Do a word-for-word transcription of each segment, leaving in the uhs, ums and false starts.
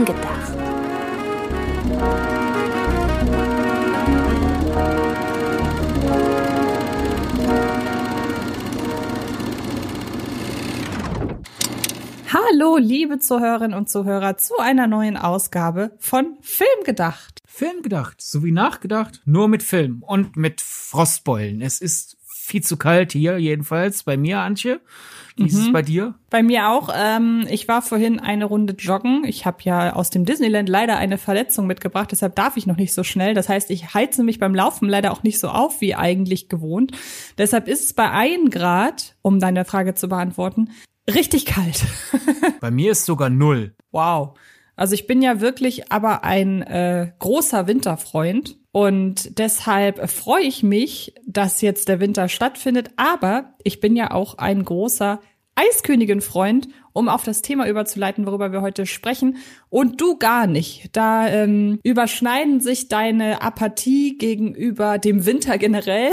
Film gedacht. Hallo, liebe Zuhörerinnen und Zuhörer, zu einer neuen Ausgabe von Film gedacht. Film gedacht, so wie nachgedacht, nur mit Film und mit Frostbeulen. Es ist viel zu kalt hier, jedenfalls bei mir, Antje. Wie mhm. ist es bei dir? Bei mir auch. Ähm, ich war vorhin eine Runde joggen. Ich habe ja aus dem Disneyland leider eine Verletzung mitgebracht, deshalb darf ich noch nicht so schnell. Das heißt, ich heize mich beim Laufen leider auch nicht so auf wie eigentlich gewohnt. Deshalb ist es bei ein Grad, um deine Frage zu beantworten, richtig kalt. Bei mir ist sogar null. Wow. Also ich bin ja wirklich aber ein äh, großer Winterfreund und deshalb freue ich mich, dass jetzt der Winter stattfindet. Aber ich bin ja auch ein großer Eiskönigin-Freund, um auf das Thema überzuleiten, worüber wir heute sprechen. Und du gar nicht. Da ähm, überschneiden sich deine Apathie gegenüber dem Winter generell,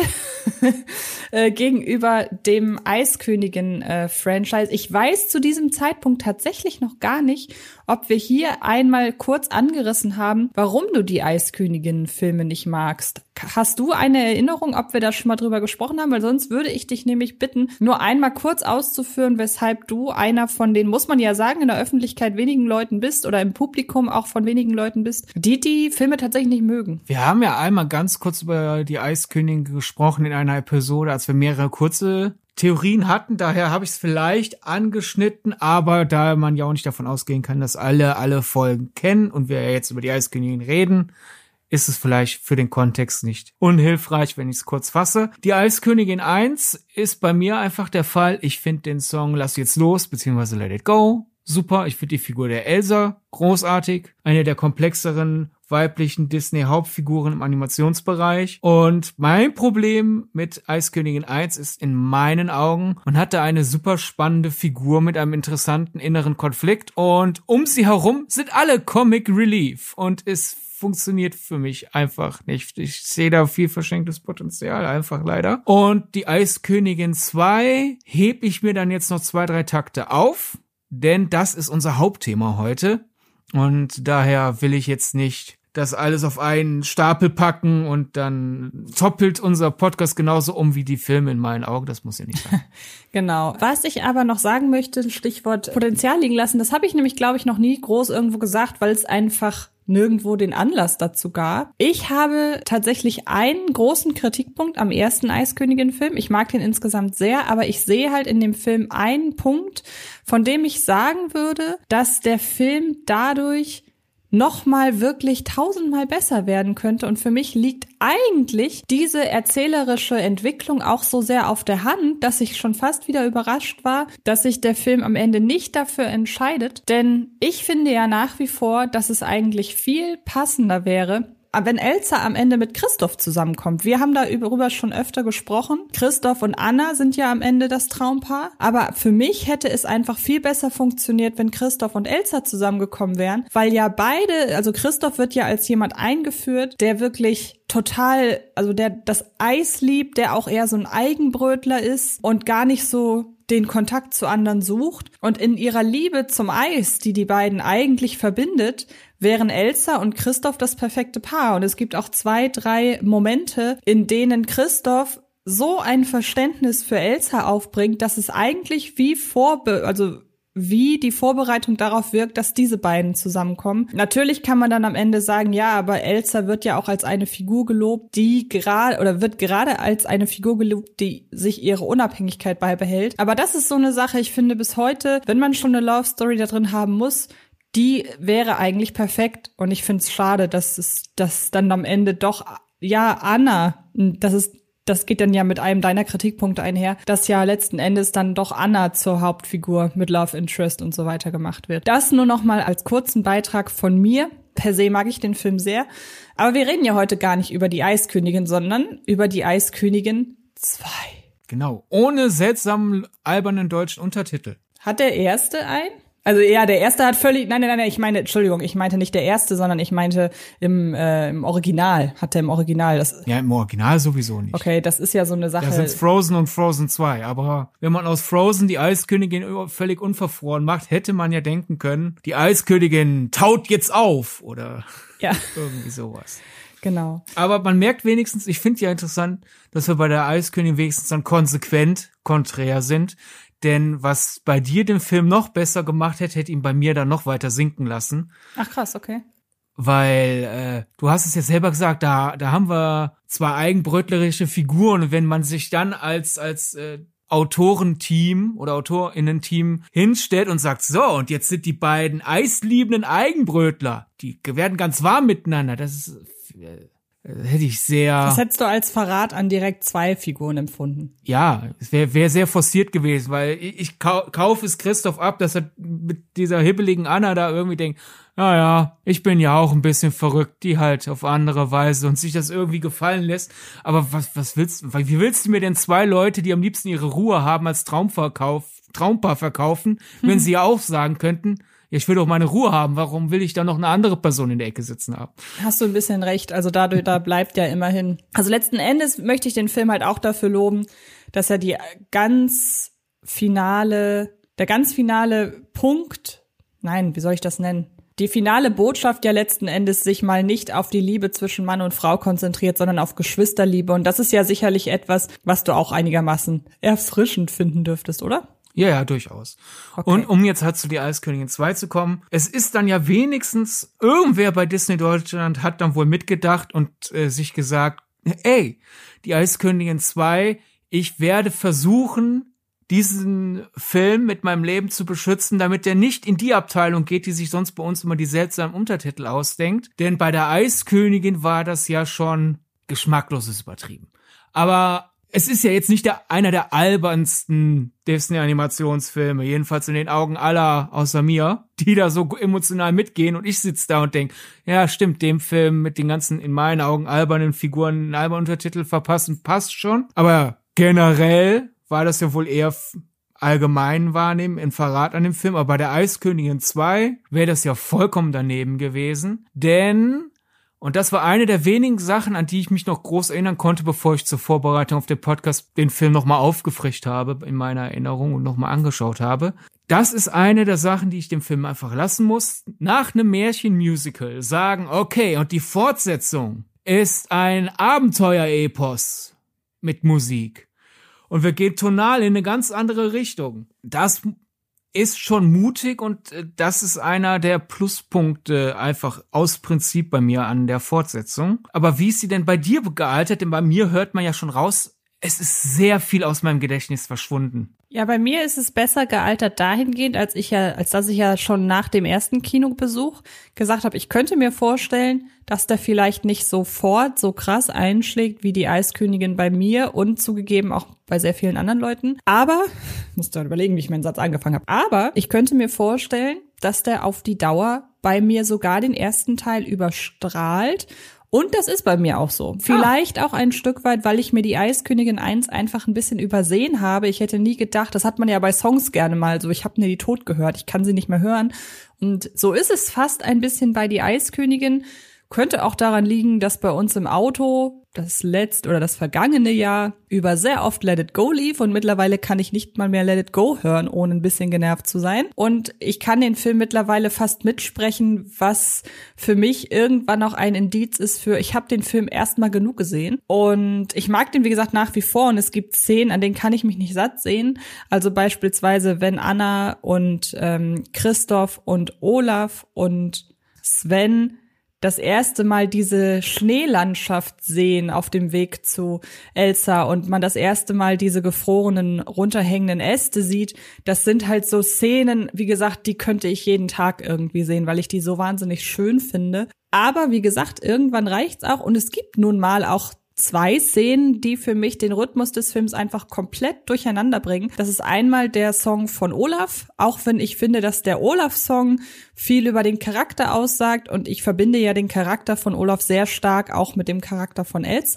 äh, gegenüber dem Eiskönigin-Franchise. Äh, ich weiß zu diesem Zeitpunkt tatsächlich noch gar nicht, ob wir hier einmal kurz angerissen haben, warum du die Eiskönigin-Filme nicht magst. Hast du eine Erinnerung, ob wir da schon mal drüber gesprochen haben? Weil sonst würde ich dich nämlich bitten, nur einmal kurz auszuführen, weshalb du einer von den, muss man ja sagen, in der Öffentlichkeit wenigen Leuten bist oder im Publikum auch von wenigen Leuten bist, die die Filme tatsächlich nicht mögen. Wir haben ja einmal ganz kurz über die Eiskönigin gesprochen in einer Episode, als wir mehrere kurze Theorien hatten. Daher habe ich es vielleicht angeschnitten, aber da man ja auch nicht davon ausgehen kann, dass alle alle Folgen kennen und wir ja jetzt über die Eiskönigin reden, ist es vielleicht für den Kontext nicht unhilfreich, wenn ich es kurz fasse. Die Eiskönigin eins ist bei mir einfach der Fall. Ich finde den Song Lass jetzt los, beziehungsweise Let It Go super. Ich finde die Figur der Elsa großartig. Eine der komplexeren weiblichen Disney-Hauptfiguren im Animationsbereich. Und mein Problem mit Eiskönigin eins ist in meinen Augen, man hatte eine super spannende Figur mit einem interessanten inneren Konflikt und um sie herum sind alle Comic Relief und es funktioniert für mich einfach nicht. Ich sehe da viel verschenktes Potenzial, einfach leider. Und die Eiskönigin zwei hebe ich mir dann jetzt noch zwei, drei Takte auf, denn das ist unser Hauptthema heute. Und daher will ich jetzt nicht das alles auf einen Stapel packen und dann toppelt unser Podcast genauso um wie die Filme in meinen Augen. Das muss ja nicht sein. Genau. Was ich aber noch sagen möchte, Stichwort Potenzial liegen lassen, das habe ich nämlich, glaube ich, noch nie groß irgendwo gesagt, weil es einfach nirgendwo den Anlass dazu gab. Ich habe tatsächlich einen großen Kritikpunkt am ersten Eiskönigin-Film. Ich mag den insgesamt sehr, aber ich sehe halt in dem Film einen Punkt, von dem ich sagen würde, dass der Film dadurch nochmal wirklich tausendmal besser werden könnte. Und für mich liegt eigentlich diese erzählerische Entwicklung auch so sehr auf der Hand, dass ich schon fast wieder überrascht war, dass sich der Film am Ende nicht dafür entscheidet. Denn ich finde ja nach wie vor, dass es eigentlich viel passender wäre, wenn Elsa am Ende mit Christoph zusammenkommt. Wir haben darüber schon öfter gesprochen. Christoph und Anna sind ja am Ende das Traumpaar. Aber für mich hätte es einfach viel besser funktioniert, wenn Christoph und Elsa zusammengekommen wären. Weil ja beide, also Christoph wird ja als jemand eingeführt, der wirklich total, also der das Eis liebt, der auch eher so ein Eigenbrötler ist und gar nicht so den Kontakt zu anderen sucht. Und in ihrer Liebe zum Eis, die die beiden eigentlich verbindet, wären Elsa und Christoph das perfekte Paar. Und es gibt auch zwei, drei Momente, in denen Christoph so ein Verständnis für Elsa aufbringt, dass es eigentlich wie Vorbe- also wie die Vorbereitung darauf wirkt, dass diese beiden zusammenkommen. Natürlich kann man dann am Ende sagen, ja, aber Elsa wird ja auch als eine Figur gelobt, die gerade oder wird gerade als eine Figur gelobt, die sich ihre Unabhängigkeit beibehält. Aber das ist so eine Sache, ich finde bis heute, wenn man schon eine Love Story da drin haben muss, die wäre eigentlich perfekt. Und ich finde es schade, dass es dass dann am Ende doch, ja, Anna, das ist Das geht dann ja mit einem deiner Kritikpunkte einher, dass ja letzten Endes dann doch Anna zur Hauptfigur mit Love Interest und so weiter gemacht wird. Das nur noch mal als kurzen Beitrag von mir. Per se mag ich den Film sehr. Aber wir reden ja heute gar nicht über die Eiskönigin, sondern über die Eiskönigin zwei. Genau, ohne seltsamen, albernen deutschen Untertitel. Hat der erste einen? Also ja, der erste hat völlig, nein, nein, nein, ich meine, Entschuldigung, ich meinte nicht der erste, sondern ich meinte im, äh, im Original, hat der im Original das. Ja, im Original sowieso nicht. Okay, das ist ja so eine Sache. Da sind's Frozen und Frozen zwei, aber wenn man aus Frozen die Eiskönigin völlig unverfroren macht, hätte man ja denken können, die Eiskönigin taut jetzt auf oder ja. irgendwie sowas. Genau. Aber man merkt wenigstens, ich finde ja interessant, dass wir bei der Eiskönigin wenigstens dann konsequent konträr sind. Denn was bei dir den Film noch besser gemacht hätte, hätte ihn bei mir dann noch weiter sinken lassen. Ach krass, okay. Weil, äh, du hast es ja selber gesagt, da da haben wir zwei eigenbrötlerische Figuren. Und wenn man sich dann als als äh, Autorenteam oder AutorInnen-Team hinstellt und sagt, so, und jetzt sind die beiden eisliebenden Eigenbrötler, die werden ganz warm miteinander. Das ist... Äh, hätte ich sehr... Das hättest du als Verrat an direkt zwei Figuren empfunden. Ja, es wäre wär sehr forciert gewesen, weil ich, ich kau, kaufe es Christoph ab, dass er mit dieser hibbeligen Anna da irgendwie denkt, naja, ich bin ja auch ein bisschen verrückt, die halt auf andere Weise und sich das irgendwie gefallen lässt. Aber was, was willst du, wie willst du mir denn zwei Leute, die am liebsten ihre Ruhe haben, als Traumverkauf, Traumpaar verkaufen, wenn sie ja auch sagen könnten, ja, ich will doch meine Ruhe haben, warum will ich da noch eine andere Person in der Ecke sitzen haben? Hast du ein bisschen recht, also dadurch, da bleibt ja immerhin. Also letzten Endes möchte ich den Film halt auch dafür loben, dass er die ganz finale, der ganz finale Punkt, nein, wie soll ich das nennen? Die finale Botschaft ja letzten Endes sich mal nicht auf die Liebe zwischen Mann und Frau konzentriert, sondern auf Geschwisterliebe. Und das ist ja sicherlich etwas, was du auch einigermaßen erfrischend finden dürftest, oder? Ja, ja, durchaus. Okay. Und um jetzt halt zu die Eiskönigin zwei zu kommen, es ist dann ja wenigstens, irgendwer bei Disney Deutschland hat dann wohl mitgedacht und äh, sich gesagt, ey, die Eiskönigin zwei, ich werde versuchen, diesen Film mit meinem Leben zu beschützen, damit der nicht in die Abteilung geht, die sich sonst bei uns immer die seltsamen Untertitel ausdenkt. Denn bei der Eiskönigin war das ja schon geschmackloses übertrieben. Aber es ist ja jetzt nicht der, einer der albernsten Disney-Animationsfilme, jedenfalls in den Augen aller außer mir, die da so emotional mitgehen und ich sitze da und denk, ja stimmt, dem Film mit den ganzen in meinen Augen albernen Figuren einen albernen Untertitel verpassen, passt schon. Aber generell war das ja wohl eher allgemein wahrnehmen, in Verrat an dem Film. Aber bei der Eiskönigin zwei wäre das ja vollkommen daneben gewesen, denn... Und das war eine der wenigen Sachen, an die ich mich noch groß erinnern konnte, bevor ich zur Vorbereitung auf den Podcast den Film nochmal aufgefrischt habe in meiner Erinnerung und nochmal angeschaut habe. Das ist eine der Sachen, die ich dem Film einfach lassen muss. Nach einem Märchenmusical sagen, okay, und die Fortsetzung ist ein Abenteuer-Epos mit Musik. Und wir gehen tonal in eine ganz andere Richtung. Das ist schon mutig und das ist einer der Pluspunkte einfach aus Prinzip bei mir an der Fortsetzung. Aber wie ist sie denn bei dir gealtert? Denn bei mir hört man ja schon raus, es ist sehr viel aus meinem Gedächtnis verschwunden. Ja, bei mir ist es besser gealtert dahingehend, als ich ja, als dass ich ja schon nach dem ersten Kinobesuch gesagt habe, ich könnte mir vorstellen, dass der vielleicht nicht sofort so krass einschlägt wie die Eiskönigin bei mir und zugegeben auch bei sehr vielen anderen Leuten. Aber, ich muss dann überlegen, wie ich meinen Satz angefangen habe. Aber ich könnte mir vorstellen, dass der auf die Dauer bei mir sogar den ersten Teil überstrahlt. Und das ist bei mir auch so. Vielleicht auch ein Stück weit, weil ich mir die Eiskönigin eins einfach ein bisschen übersehen habe. Ich hätte nie gedacht, das hat man ja bei Songs gerne mal so, ich habe mir die tot gehört, ich kann sie nicht mehr hören. Und so ist es fast ein bisschen bei die Eiskönigin. Könnte auch daran liegen, dass bei uns im Auto das letzte oder das vergangene Jahr über sehr oft Let It Go lief und mittlerweile kann ich nicht mal mehr Let It Go hören, ohne ein bisschen genervt zu sein. Und ich kann den Film mittlerweile fast mitsprechen, was für mich irgendwann auch ein Indiz ist für, ich habe den Film erstmal genug gesehen. Und ich mag den, wie gesagt, nach wie vor und es gibt Szenen, an denen kann ich mich nicht satt sehen. Also beispielsweise, wenn Anna und ähm, Christoph und Olaf und Sven das erste Mal diese Schneelandschaft sehen auf dem Weg zu Elsa und man das erste Mal diese gefrorenen, runterhängenden Äste sieht, das sind halt so Szenen, wie gesagt, die könnte ich jeden Tag irgendwie sehen, weil ich die so wahnsinnig schön finde. Aber wie gesagt, irgendwann reicht's auch und es gibt nun mal auch zwei Szenen, die für mich den Rhythmus des Films einfach komplett durcheinander bringen. Das ist einmal der Song von Olaf, auch wenn ich finde, dass der Olaf-Song viel über den Charakter aussagt und ich verbinde ja den Charakter von Olaf sehr stark auch mit dem Charakter von Elsa.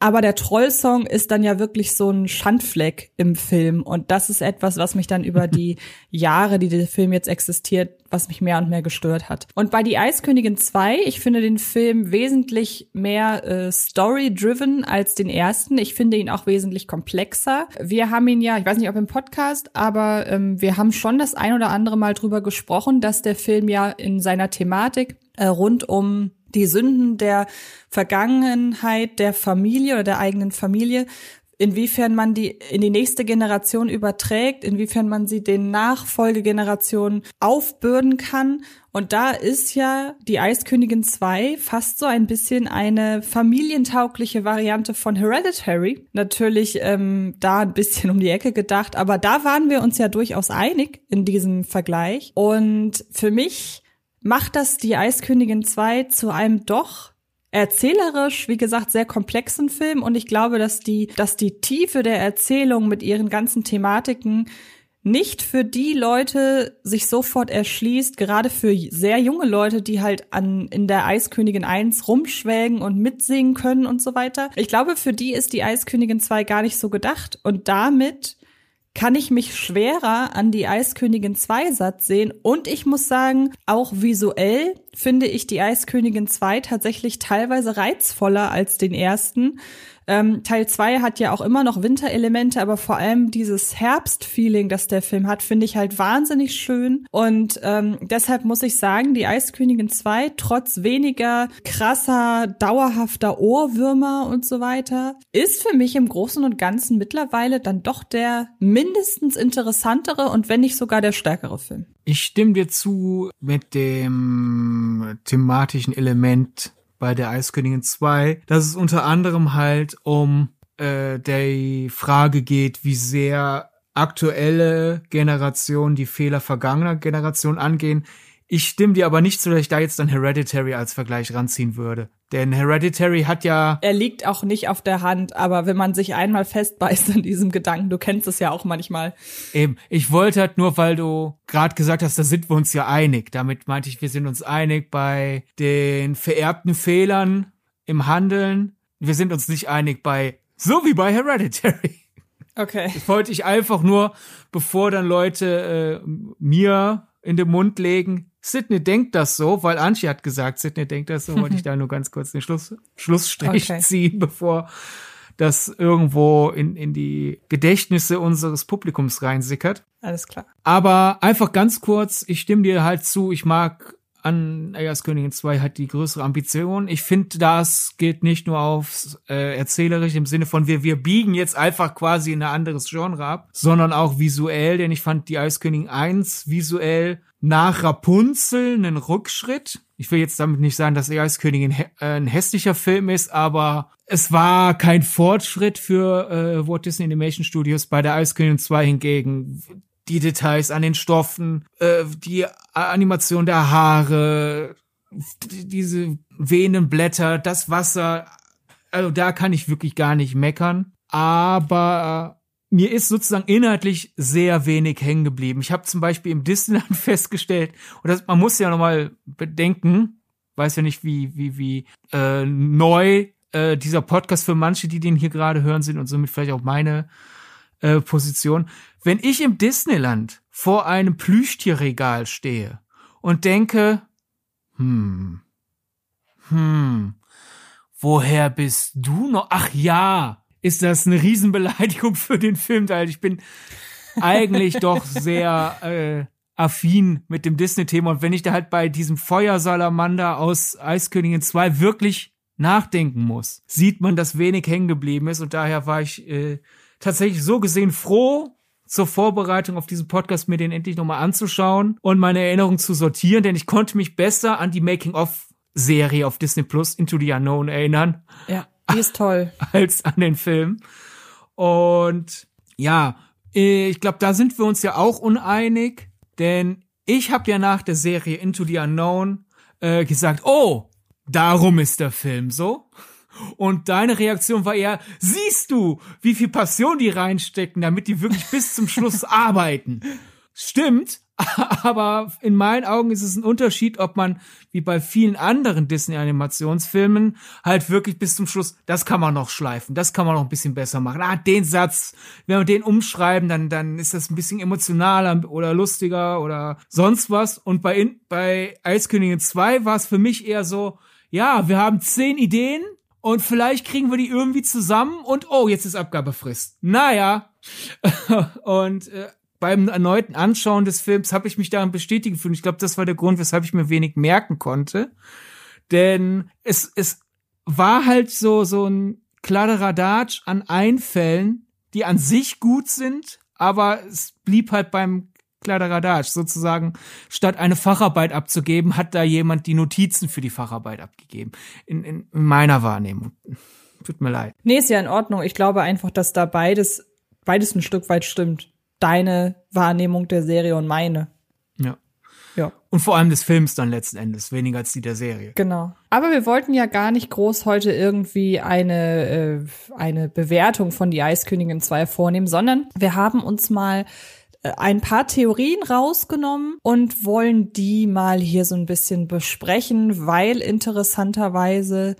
Aber der Trollsong ist dann ja wirklich so ein Schandfleck im Film. Und das ist etwas, was mich dann über die Jahre, die der Film jetzt existiert, was mich mehr und mehr gestört hat. Und bei Die Eiskönigin zwei, ich finde den Film wesentlich mehr äh, story-driven als den ersten. Ich finde ihn auch wesentlich komplexer. Wir haben ihn ja, ich weiß nicht, ob im Podcast, aber ähm, wir haben schon das ein oder andere Mal drüber gesprochen, dass der Film ja in seiner Thematik äh, rund um die Sünden der Vergangenheit der Familie oder der eigenen Familie, inwiefern man die in die nächste Generation überträgt, inwiefern man sie den Nachfolgegenerationen aufbürden kann. Und da ist ja Die Eiskönigin zwei fast so ein bisschen eine familientaugliche Variante von Hereditary. Natürlich ähm, da ein bisschen um die Ecke gedacht, aber da waren wir uns ja durchaus einig in diesem Vergleich. Und für mich macht das Die Eiskönigin zwei zu einem doch erzählerisch, wie gesagt, sehr komplexen Film. Und ich glaube, dass die, dass die Tiefe der Erzählung mit ihren ganzen Thematiken nicht für die Leute sich sofort erschließt, gerade für sehr junge Leute, die halt an in der Eiskönigin eins rumschwelgen und mitsingen können und so weiter. Ich glaube, für die ist Die Eiskönigin zwei gar nicht so gedacht. Und damit kann ich mich schwerer an Die Eiskönigin zwei satt sehen. Und ich muss sagen, auch visuell finde ich Die Eiskönigin zwei tatsächlich teilweise reizvoller als den ersten. Ähm, Teil zwei hat ja auch immer noch Winterelemente, aber vor allem dieses Herbstfeeling, das der Film hat, finde ich halt wahnsinnig schön. Und ähm, deshalb muss ich sagen, Die Eiskönigin zwei, trotz weniger krasser, dauerhafter Ohrwürmer und so weiter, ist für mich im Großen und Ganzen mittlerweile dann doch der mindestens interessantere und wenn nicht sogar der stärkere Film. Ich stimme dir zu mit dem thematischen Element bei Der Eiskönigin zwei, dass es unter anderem halt um äh, die Frage geht, wie sehr aktuelle Generationen die Fehler vergangener Generationen angehen. Ich stimme dir aber nicht zu, dass ich da jetzt dann Hereditary als Vergleich ranziehen würde. Denn Hereditary hat ja... Er liegt auch nicht auf der Hand, aber wenn man sich einmal festbeißt in diesem Gedanken, du kennst es ja auch manchmal. Eben, ich wollte halt nur, weil du gerade gesagt hast, da sind wir uns ja einig. Damit meinte ich, wir sind uns einig bei den vererbten Fehlern im Handeln. Wir sind uns nicht einig bei, so wie bei Hereditary. Okay. Das wollte ich einfach nur, bevor dann Leute äh, mir in den Mund legen, Sidney denkt das so, weil Antje hat gesagt, Sidney denkt das so, wollte ich da nur ganz kurz den Schluss, Schlussstrich okay. ziehen, bevor das irgendwo in, in die Gedächtnisse unseres Publikums reinsickert. Alles klar. Aber einfach ganz kurz, ich stimme dir halt zu, ich mag an Eiskönigin zwei hat die größere Ambition. Ich finde, das geht nicht nur aufs äh, erzählerisch im Sinne von wir wir biegen jetzt einfach quasi in ein anderes Genre ab, sondern auch visuell, denn ich fand die Eiskönigin eins visuell nach Rapunzel einen Rückschritt. Ich will jetzt damit nicht sagen, dass die Eiskönigin hä- äh, ein hässlicher Film ist, aber es war kein Fortschritt für äh, Walt Disney Animation Studios. Bei der Eiskönigin zwei hingegen die Details an den Stoffen, äh, die Animation der Haare, die, diese wehenden Blätter, das Wasser, also da kann ich wirklich gar nicht meckern. Aber mir ist sozusagen inhaltlich sehr wenig hängen geblieben. Ich habe zum Beispiel im Disneyland festgestellt, und das, man muss ja nochmal bedenken, weiß ja nicht, wie wie wie äh, neu äh, dieser Podcast für manche, die den hier gerade hören, sind und somit vielleicht auch meine äh, Position. Wenn ich im Disneyland vor einem Plüschtierregal stehe und denke, hm, hm, woher bist du noch? Ach ja, ist das eine Riesenbeleidigung für den Film, weil ich bin eigentlich doch sehr äh, affin mit dem Disney-Thema. Und wenn ich da halt bei diesem Feuersalamander aus Eiskönigin zwei wirklich nachdenken muss, sieht man, dass wenig hängen geblieben ist. Und daher war ich äh, tatsächlich so gesehen froh, zur Vorbereitung auf diesen Podcast mir den endlich nochmal anzuschauen und meine Erinnerungen zu sortieren, denn ich konnte mich besser an die Making-of-Serie auf Disney Plus, Into the Unknown, erinnern. Ja, die ist toll. Als an den Film. Und ja, ich glaube, da sind wir uns ja auch uneinig, denn ich habe ja nach der Serie Into the Unknown äh, gesagt, oh, darum ist der Film so. Und deine Reaktion war eher, siehst du, wie viel Passion die reinstecken, damit die wirklich bis zum Schluss arbeiten. Stimmt, aber in meinen Augen ist es ein Unterschied, ob man, wie bei vielen anderen Disney-Animationsfilmen, halt wirklich bis zum Schluss, das kann man noch schleifen, das kann man noch ein bisschen besser machen. Ah, den Satz, wenn wir den umschreiben, dann dann ist das ein bisschen emotionaler oder lustiger oder sonst was. Und bei, in, bei Eiskönigin zwei war es für mich eher so, ja, wir haben zehn Ideen und vielleicht kriegen wir die irgendwie zusammen und oh, jetzt ist Abgabefrist. Naja, und äh, beim erneuten Anschauen des Films habe ich mich daran bestätigt gefühlt. Ich glaube, das war der Grund, weshalb ich mir wenig merken konnte. Denn es, es war halt so, so ein Kladderadatsch an Einfällen, die an sich gut sind, aber es blieb halt beim Kladderadatsch. Sozusagen, statt eine Facharbeit abzugeben, hat da jemand die Notizen für die Facharbeit abgegeben. In, in, in meiner Wahrnehmung. Tut mir leid. Nee, ist ja in Ordnung. Ich glaube einfach, dass da beides, beides ein Stück weit stimmt. Deine Wahrnehmung der Serie und meine. Ja. Ja. Und vor allem des Films dann letzten Endes, weniger als die der Serie. Genau. Aber wir wollten ja gar nicht groß heute irgendwie eine, äh, eine Bewertung von Die Eiskönigin zwei vornehmen, sondern wir haben uns mal äh, ein paar Theorien rausgenommen und wollen die mal hier so ein bisschen besprechen, weil interessanterweise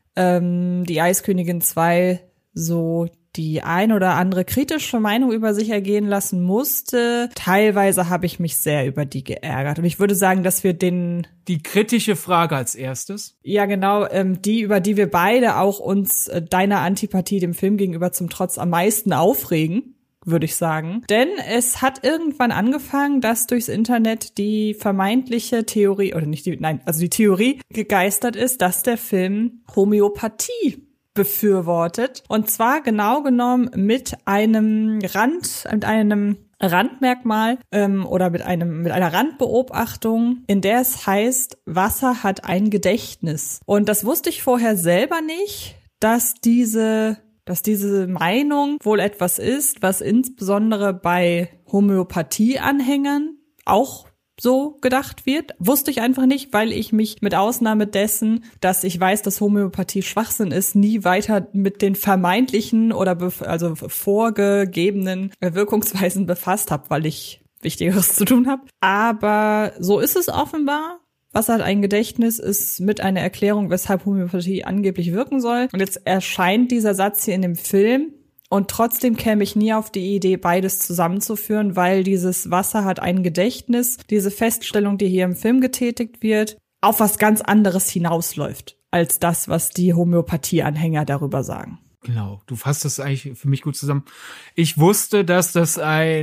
ähm, Die Eiskönigin zwei so die ein oder andere kritische Meinung über sich ergehen lassen musste. Teilweise habe ich mich sehr über die geärgert. Und ich würde sagen, dass wir den... Die kritische Frage als erstes. Ja, genau, ähm, die, über die wir beide auch uns äh, deiner Antipathie dem Film gegenüber zum Trotz am meisten aufregen, würde ich sagen. Denn es hat irgendwann angefangen, dass durchs Internet die vermeintliche Theorie, oder nicht die, nein, also die Theorie gegeistert ist, dass der Film Homöopathie befürwortet. Und zwar genau genommen mit einem Rand, mit einem Randmerkmal ähm, oder mit einem mit einer Randbeobachtung, in der es heißt, Wasser hat ein Gedächtnis. Und das wusste ich vorher selber nicht, dass diese dass diese Meinung wohl etwas ist, was insbesondere bei Homöopathie-Anhängern auch so gedacht wird. Wusste ich einfach nicht, weil ich mich mit Ausnahme dessen, dass ich weiß, dass Homöopathie Schwachsinn ist, nie weiter mit den vermeintlichen oder bef- also vorgegebenen Wirkungsweisen befasst habe, weil ich Wichtigeres zu tun habe. Aber so ist es offenbar. Wasser hat ein Gedächtnis, ist mit einer Erklärung, weshalb Homöopathie angeblich wirken soll. Und jetzt erscheint dieser Satz hier in dem Film. Und trotzdem käme ich nie auf die Idee, beides zusammenzuführen, weil dieses Wasser hat ein Gedächtnis, diese Feststellung, die hier im Film getätigt wird, auf was ganz anderes hinausläuft, als das, was die Homöopathie-Anhänger darüber sagen. Genau, du fasst das eigentlich für mich gut zusammen. Ich wusste, dass das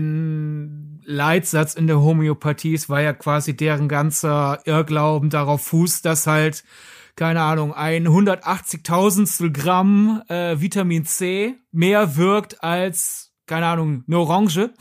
ein Leitsatz in der Homöopathie ist, weil ja quasi deren ganzer Irrglauben darauf fußt, dass halt keine Ahnung, ein hundertachtzigtausendstel Gramm äh, Vitamin C mehr wirkt als, keine Ahnung, eine Orange.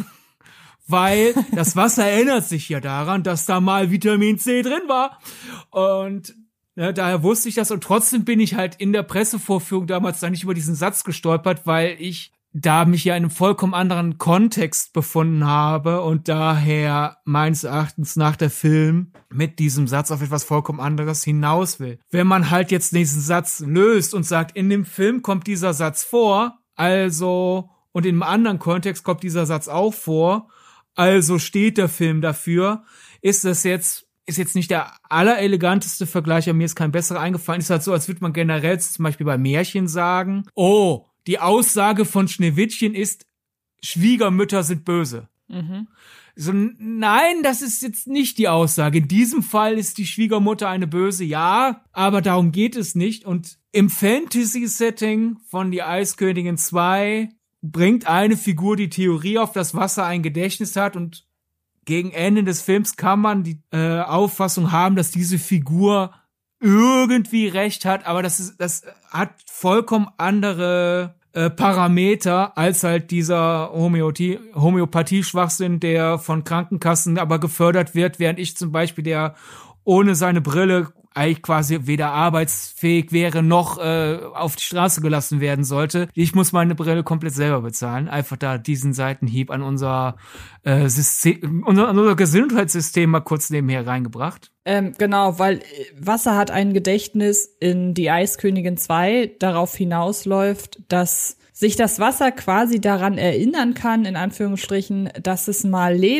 Weil das Wasser erinnert sich ja daran, dass da mal Vitamin C drin war. Und ja, daher wusste ich das. Und trotzdem bin ich halt in der Pressevorführung damals da nicht über diesen Satz gestolpert, weil ich da mich ja in einem vollkommen anderen Kontext befunden habe und daher meines Erachtens nach der Film mit diesem Satz auf etwas vollkommen anderes hinaus will. Wenn man halt jetzt diesen Satz löst und sagt, in dem Film kommt dieser Satz vor, also, und in einem anderen Kontext kommt dieser Satz auch vor, also steht der Film dafür, ist das jetzt ist jetzt nicht der allereleganteste Vergleich, aber mir ist kein besserer eingefallen. Ist halt so, als würde man generell zum Beispiel bei Märchen sagen, oh, die Aussage von Schneewittchen ist, Schwiegermütter sind böse. Mhm. So, nein, das ist jetzt nicht die Aussage. In diesem Fall ist die Schwiegermutter eine böse, ja, aber darum geht es nicht. Und im Fantasy-Setting von Die Eiskönigin zwei bringt eine Figur die Theorie auf, dass Wasser ein Gedächtnis hat und gegen Ende des Films kann man die äh, Auffassung haben, dass diese Figur irgendwie recht hat, aber das ist, das hat vollkommen andere äh, Parameter als halt dieser Homöopathie, Homöopathie-Schwachsinn, der von Krankenkassen aber gefördert wird, während ich zum Beispiel, der ohne seine Brille eigentlich quasi weder arbeitsfähig wäre, noch äh, auf die Straße gelassen werden sollte. Ich muss meine Brille komplett selber bezahlen. Einfach da diesen Seitenhieb an unser, äh, System, unser, an unser Gesundheitssystem mal kurz nebenher reingebracht. Ähm, genau, weil Wasser hat ein Gedächtnis in Die Eiskönigin zwei darauf hinausläuft, dass sich das Wasser quasi daran erinnern kann, in Anführungsstrichen, dass es mal Leben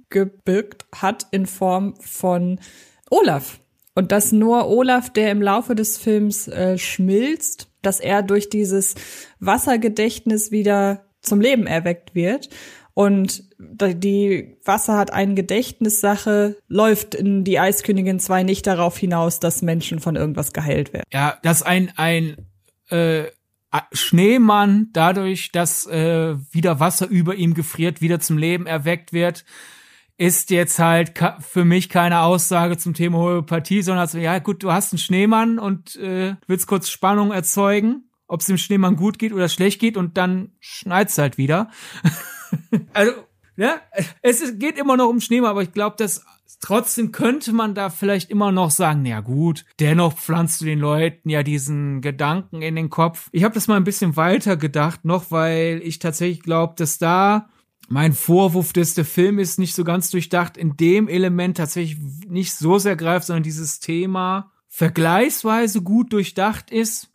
gebirgt hat in Form von Olaf. Und dass nur Olaf, der im Laufe des Films äh, schmilzt, dass er durch dieses Wassergedächtnis wieder zum Leben erweckt wird. Und die Wasser hat eine Gedächtnissache, läuft in die Eiskönigin zwei nicht darauf hinaus, dass Menschen von irgendwas geheilt werden. Ja, dass ein ein äh, Schneemann dadurch, dass äh, wieder Wasser über ihm gefriert, wieder zum Leben erweckt wird, ist jetzt halt ka- für mich keine Aussage zum Thema Homöopathie, sondern also, ja gut, du hast einen Schneemann und äh, willst kurz Spannung erzeugen, ob es dem Schneemann gut geht oder schlecht geht, und dann schneit's halt wieder. Also, ja, es ist, geht immer noch um Schneemann, aber ich glaube, dass trotzdem könnte man da vielleicht immer noch sagen, na gut, dennoch pflanzt du den Leuten ja diesen Gedanken in den Kopf. Ich habe das mal ein bisschen weiter gedacht noch, weil ich tatsächlich glaube, dass da mein Vorwurf, dass der Film ist nicht so ganz durchdacht, in dem Element tatsächlich nicht so sehr greift, sondern dieses Thema vergleichsweise gut durchdacht ist.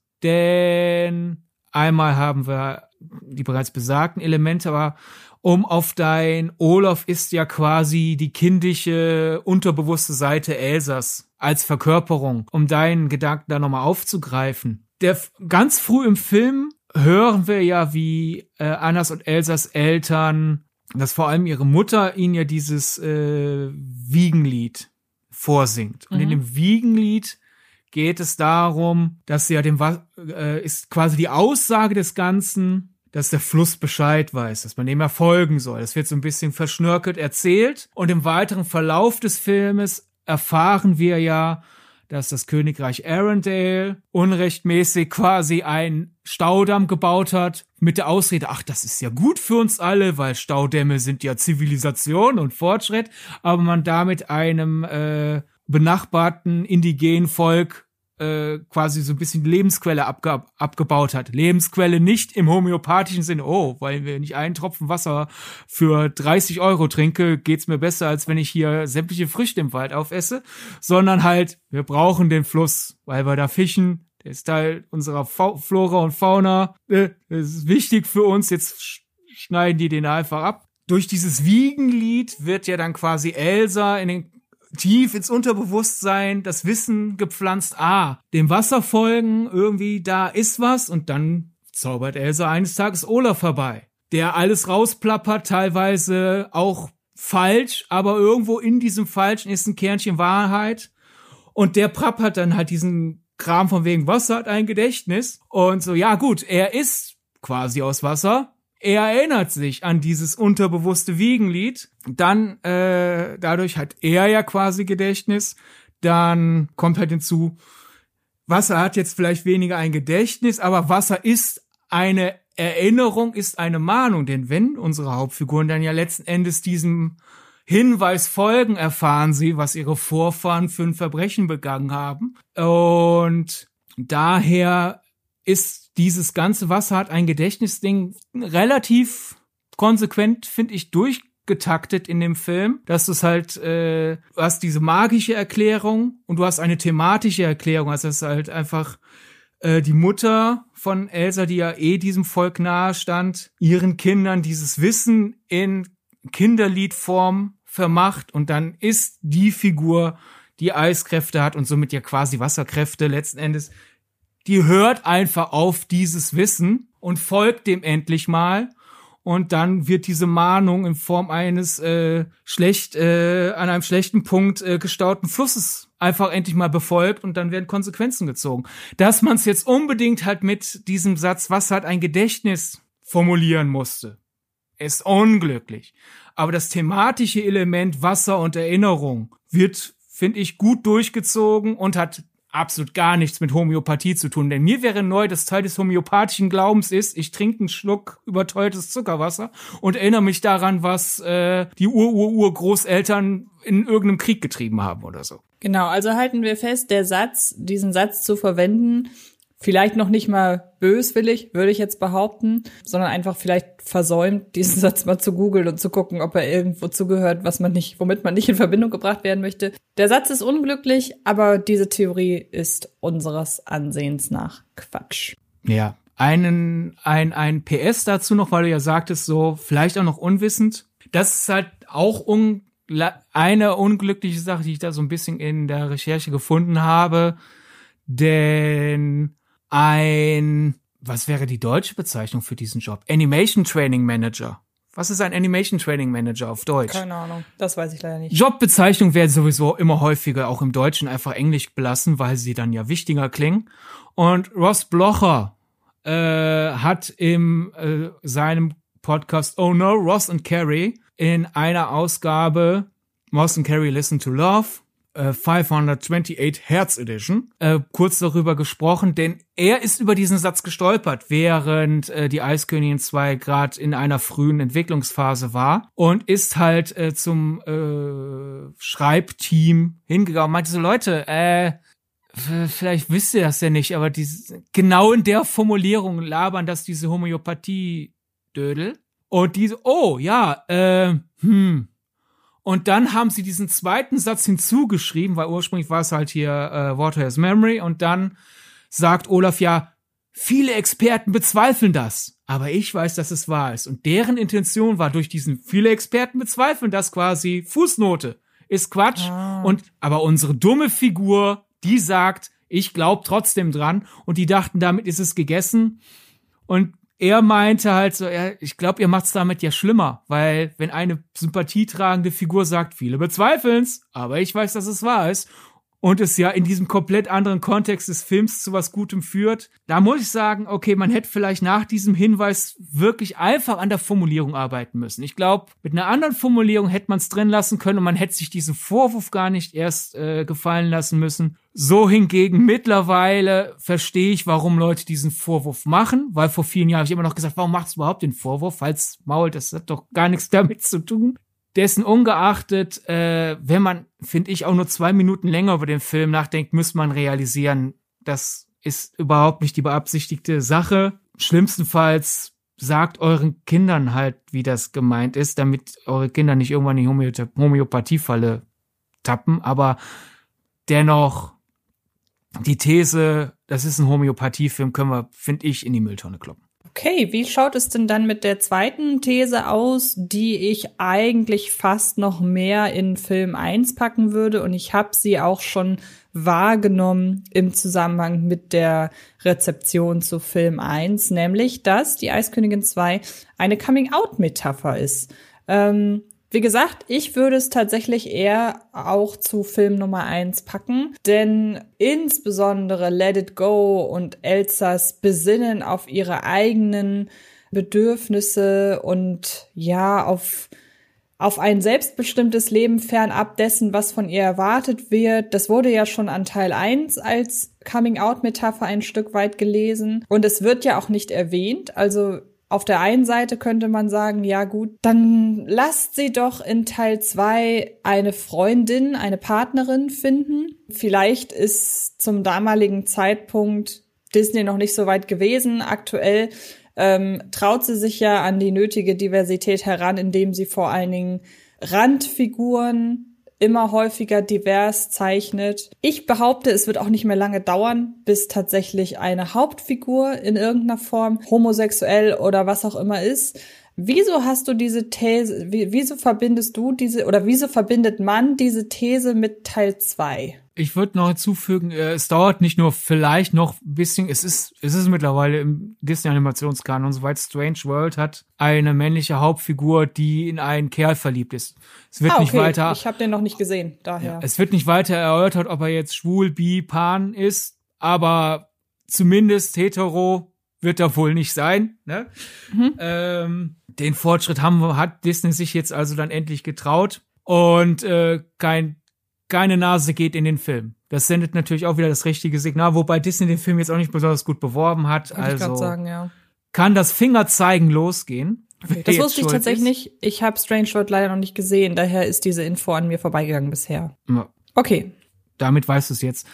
Denn einmal haben wir die bereits besagten Elemente, aber um auf dein Olaf ist ja quasi die kindliche, unterbewusste Seite Elsas als Verkörperung, um deinen Gedanken da nochmal aufzugreifen. Der ganz früh im Film hören wir ja, wie äh, Annas und Elsas Eltern, dass vor allem ihre Mutter ihnen ja dieses äh, Wiegenlied vorsingt. Und mhm. in dem Wiegenlied geht es darum, dass ja dem äh, ist quasi die Aussage des Ganzen, dass der Fluss Bescheid weiß, dass man dem ja folgen soll. Das wird so ein bisschen verschnörkelt erzählt. Und im weiteren Verlauf des Filmes erfahren wir ja, dass das Königreich Arendelle unrechtmäßig quasi einen Staudamm gebaut hat mit der Ausrede, ach, das ist ja gut für uns alle, weil Staudämme sind ja Zivilisation und Fortschritt, aber man damit einem äh, benachbarten indigenen Volk äh, quasi so ein bisschen Lebensquelle abge- abgebaut hat. Lebensquelle nicht im homöopathischen Sinne, oh, weil wir nicht einen Tropfen Wasser für dreißig Euro trinke, geht's mir besser, als wenn ich hier sämtliche Früchte im Wald aufesse, sondern halt, wir brauchen den Fluss, weil wir da fischen, der ist Teil unserer Fa- Flora und Fauna, äh, das ist wichtig für uns, jetzt sch- schneiden die den einfach ab. Durch dieses Wiegenlied wird ja dann quasi Elsa in den tief ins Unterbewusstsein das Wissen gepflanzt, ah, dem Wasser folgen, irgendwie da ist was, und dann zaubert Elsa eines Tages Olaf herbei, der alles rausplappert, teilweise auch falsch, aber irgendwo in diesem Falschen ist ein Kernchen Wahrheit, und der plappert dann halt diesen Kram von wegen Wasser hat ein Gedächtnis und so, ja gut, er ist quasi aus Wasser. Er erinnert sich an dieses unterbewusste Wiegenlied. Dann, äh, dadurch hat er ja quasi Gedächtnis. Dann kommt halt hinzu, Wasser hat jetzt vielleicht weniger ein Gedächtnis, aber Wasser ist eine Erinnerung, ist eine Mahnung. Denn wenn unsere Hauptfiguren dann ja letzten Endes diesem Hinweis folgen, erfahren sie, was ihre Vorfahren für ein Verbrechen begangen haben. Und daher ist dieses ganze Wasser hat ein Gedächtnisding relativ konsequent, finde ich, durchgetaktet in dem Film, dass du es halt, äh, du hast diese magische Erklärung und du hast eine thematische Erklärung, also es ist halt einfach äh, die Mutter von Elsa, die ja eh diesem Volk nahe stand, ihren Kindern dieses Wissen in Kinderliedform vermacht, und dann ist die Figur, die Eiskräfte hat und somit ja quasi Wasserkräfte letzten Endes, die hört einfach auf dieses Wissen und folgt dem endlich mal. Und dann wird diese Mahnung in Form eines äh, schlecht äh, an einem schlechten Punkt äh, gestauten Flusses einfach endlich mal befolgt, und dann werden Konsequenzen gezogen. Dass man es jetzt unbedingt halt mit diesem Satz, was hat ein Gedächtnis, formulieren musste, ist unglücklich. Aber das thematische Element Wasser und Erinnerung wird, finde ich, gut durchgezogen und hat absolut gar nichts mit Homöopathie zu tun. Denn mir wäre neu, dass Teil des homöopathischen Glaubens ist, ich trinke einen Schluck überteuertes Zuckerwasser und erinnere mich daran, was äh, die Ur-Ur-Ur-Großeltern in irgendeinem Krieg getrieben haben oder so. Genau, also halten wir fest, der Satz, diesen Satz zu verwenden, vielleicht noch nicht mal böswillig, würde ich jetzt behaupten, sondern einfach vielleicht versäumt, diesen Satz mal zu googeln und zu gucken, ob er irgendwo zugehört, was man nicht, womit man nicht in Verbindung gebracht werden möchte. Der Satz ist unglücklich, aber diese Theorie ist unseres Ansehens nach Quatsch. Ja, einen, ein, ein P S dazu noch, weil du ja sagtest, so, vielleicht auch noch unwissend. Das ist halt auch un, eine unglückliche Sache, die ich da so ein bisschen in der Recherche gefunden habe, denn ein, was wäre die deutsche Bezeichnung für diesen Job? Animation Training Manager. Was ist ein Animation Training Manager auf Deutsch? Keine Ahnung, das weiß ich leider nicht. Jobbezeichnungen werden sowieso immer häufiger auch im Deutschen einfach Englisch belassen, weil sie dann ja wichtiger klingen. Und Ross Blocher äh, hat im äh, seinem Podcast Oh No, Ross and Carrie in einer Ausgabe Ross and Carrie Listen to Love äh, fünfhundertachtundzwanzig Hertz Edition äh, kurz darüber gesprochen, denn er ist über diesen Satz gestolpert, während äh, die Eiskönigin zwei gerade in einer frühen Entwicklungsphase war und ist halt äh, zum äh, Schreibteam hingegangen und meinte so, Leute, äh, vielleicht wisst ihr das ja nicht, aber diese, genau in der Formulierung labern das diese Homöopathie-Dödel. Und diese, oh, ja, äh, hm. Und dann haben sie diesen zweiten Satz hinzugeschrieben, weil ursprünglich war es halt hier äh, Water has Memory. Und dann sagt Olaf, ja, viele Experten bezweifeln das. Aber ich weiß, dass es wahr ist. Und deren Intention war durch diesen, viele Experten bezweifeln das quasi, Fußnote. Ist Quatsch. Ah. Und aber unsere dumme Figur, die sagt, ich glaub trotzdem dran. Und die dachten, damit ist es gegessen. Und er meinte halt so, er, ich glaube, ihr macht's damit ja schlimmer, weil wenn eine sympathietragende Figur sagt, viele bezweifeln's, aber ich weiß, dass es wahr ist und es ja in diesem komplett anderen Kontext des Films zu was Gutem führt, da muss ich sagen, okay, man hätte vielleicht nach diesem Hinweis wirklich einfach an der Formulierung arbeiten müssen. Ich glaube, mit einer anderen Formulierung hätte man es drin lassen können und man hätte sich diesen Vorwurf gar nicht erst äh, gefallen lassen müssen. So hingegen mittlerweile verstehe ich, warum Leute diesen Vorwurf machen, weil vor vielen Jahren habe ich immer noch gesagt, warum machst du überhaupt den Vorwurf? Falls Maul, das hat doch gar nichts damit zu tun. Dessen ungeachtet, äh, wenn man, finde ich, auch nur zwei Minuten länger über den Film nachdenkt, müsste man realisieren, das ist überhaupt nicht die beabsichtigte Sache. Schlimmstenfalls sagt euren Kindern halt, wie das gemeint ist, damit eure Kinder nicht irgendwann in die Homöopathiefalle tappen, aber dennoch die These, das ist ein Homöopathiefilm, können wir, finde ich, in die Mülltonne kloppen. Okay, wie schaut es denn dann mit der zweiten These aus, die ich eigentlich fast noch mehr in Film eins packen würde? Und ich habe sie auch schon wahrgenommen im Zusammenhang mit der Rezeption zu Film eins, nämlich, dass die Eiskönigin zwei eine Coming-out-Metapher ist. Ähm, Wie gesagt, ich würde es tatsächlich eher auch zu Film Nummer eins packen, denn insbesondere Let It Go und Elsas Besinnen auf ihre eigenen Bedürfnisse und ja, auf, auf ein selbstbestimmtes Leben fernab dessen, was von ihr erwartet wird. Das wurde ja schon an Teil eins als Coming-out-Metapher ein Stück weit gelesen und es wird ja auch nicht erwähnt, also auf der einen Seite könnte man sagen, ja gut, dann lasst sie doch in Teil zwei eine Freundin, eine Partnerin finden. Vielleicht ist zum damaligen Zeitpunkt Disney noch nicht so weit gewesen. Aktuell ähm, traut sie sich ja an die nötige Diversität heran, indem sie vor allen Dingen Randfiguren immer häufiger divers zeichnet. Ich behaupte, es wird auch nicht mehr lange dauern, bis tatsächlich eine Hauptfigur in irgendeiner Form homosexuell oder was auch immer ist. Wieso hast du diese These, wieso verbindest du diese, oder wieso verbindet man diese These mit Teil zwei? Ich würde noch hinzufügen, es dauert nicht nur vielleicht noch ein bisschen, es ist es ist mittlerweile im Disney-Animationskanon soweit. Strange World hat eine männliche Hauptfigur, die in einen Kerl verliebt ist. Es wird ah, okay. nicht weiter. Ich habe den noch nicht gesehen, daher. Ja, es wird nicht weiter erörtert, ob er jetzt schwul, bi, pan ist, aber zumindest hetero wird er wohl nicht sein. Ne? Mhm. Ähm, den Fortschritt haben, hat Disney sich jetzt also dann endlich getraut und äh, kein keine Nase geht in den Film. Das sendet natürlich auch wieder das richtige Signal, wobei Disney den Film jetzt auch nicht besonders gut beworben hat. Wollte also ich grad sagen, ja. Kann das Fingerzeigen losgehen. Okay, das wusste ich tatsächlich ist. nicht. Ich habe Strange World leider noch nicht gesehen, daher ist diese Info an mir vorbeigegangen bisher. Ja. Okay. Damit weißt du es jetzt.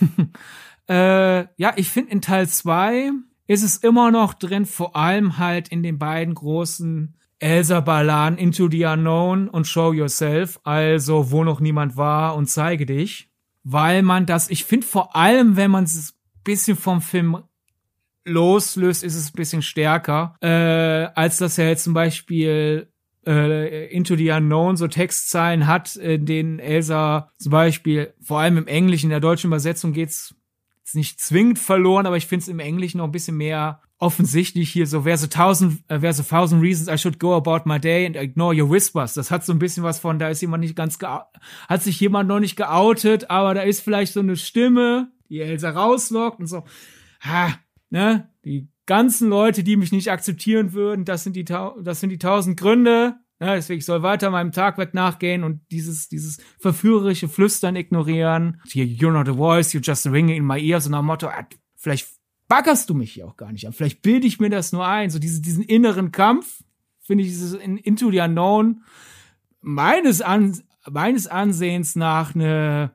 äh, ja, ich finde in Teil zwei ist es immer noch drin, vor allem halt in den beiden großen Elsa Balan, Into the Unknown und Show Yourself, also Wo noch niemand war und Zeige dich, weil man das, ich finde vor allem, wenn man es ein bisschen vom Film loslöst, ist es ein bisschen stärker, äh, als dass er jetzt zum Beispiel äh, Into the Unknown so Textzeilen hat, in denen Elsa zum Beispiel, vor allem im Englischen, in der deutschen Übersetzung geht's jetzt nicht zwingend verloren, aber ich finde es im Englischen noch ein bisschen mehr offensichtlich hier so, there's a thousand, uh, there's a thousand reasons I should go about my day and ignore your whispers. Das hat so ein bisschen was von, da ist jemand nicht ganz, gea- hat sich jemand noch nicht geoutet, aber da ist vielleicht so eine Stimme, die Elsa rauslockt und so, ha, ne, die ganzen Leute, die mich nicht akzeptieren würden, das sind die, das sind die tausend Gründe, ne, deswegen ich soll weiter meinem Tagwerk nachgehen und dieses, dieses verführerische Flüstern ignorieren. Hier, you're not a voice, you're just a ringing in my ear, so nach dem Motto, ah, vielleicht baggerst du mich hier auch gar nicht an. Vielleicht bilde ich mir das nur ein. So diese, diesen inneren Kampf, finde ich, dieses in Into the Unknown meines, An- meines Ansehens nach eine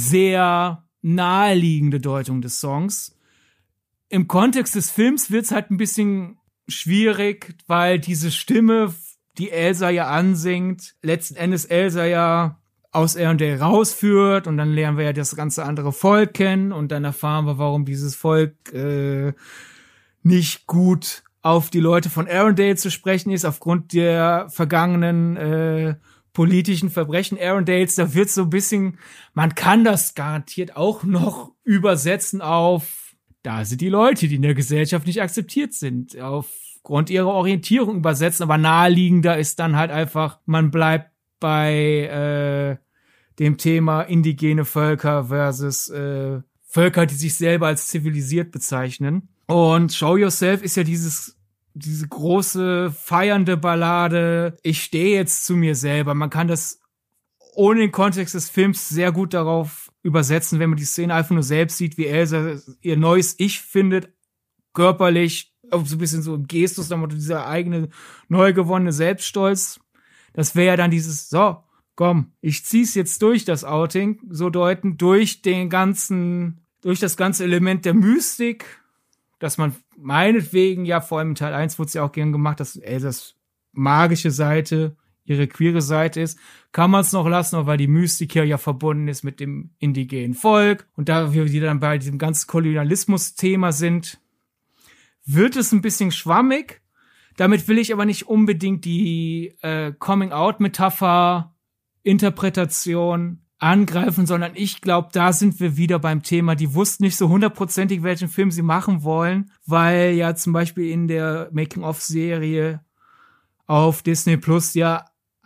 sehr naheliegende Deutung des Songs. Im Kontext des Films wird's halt ein bisschen schwierig, weil diese Stimme, die Elsa ja ansingt, letzten Endes Elsa ja aus Arendelle rausführt und dann lernen wir ja das ganze andere Volk kennen und dann erfahren wir, warum dieses Volk äh, nicht gut auf die Leute von Arendelle zu sprechen ist, aufgrund der vergangenen äh, politischen Verbrechen Arendelles. Da wird so ein bisschen, man kann das garantiert auch noch übersetzen auf, da sind die Leute, die in der Gesellschaft nicht akzeptiert sind, aufgrund ihrer Orientierung übersetzen, aber naheliegender ist dann halt einfach, man bleibt bei äh, dem Thema indigene Völker versus äh, Völker, die sich selber als zivilisiert bezeichnen. Und Show Yourself ist ja dieses diese große feiernde Ballade. Ich stehe jetzt zu mir selber. Man kann das ohne den Kontext des Films sehr gut darauf übersetzen, wenn man die Szene einfach nur selbst sieht, wie Elsa ihr neues Ich findet, körperlich, auch so ein bisschen so im Gestus, dieser eigene neu gewonnene Selbststolz. Das wäre ja dann dieses, so, komm, ich zieh's jetzt durch das Outing, so deuten, durch den ganzen, durch das ganze Element der Mystik, dass man meinetwegen, ja, vor allem in Teil eins wurde es ja auch gern gemacht, dass Elsas magische Seite ihre queere Seite ist, kann man es noch lassen, auch weil die Mystik hier ja verbunden ist mit dem indigenen Volk. Und da wir die dann bei diesem ganzen Kolonialismus-Thema sind, wird es ein bisschen schwammig. Damit will ich aber nicht unbedingt die äh, Coming-out-Metapher, Interpretation angreifen, sondern ich glaube, da sind wir wieder beim Thema. Die wussten nicht so hundertprozentig, welchen Film sie machen wollen, weil ja zum Beispiel in der Making-of-Serie auf Disney Plus ja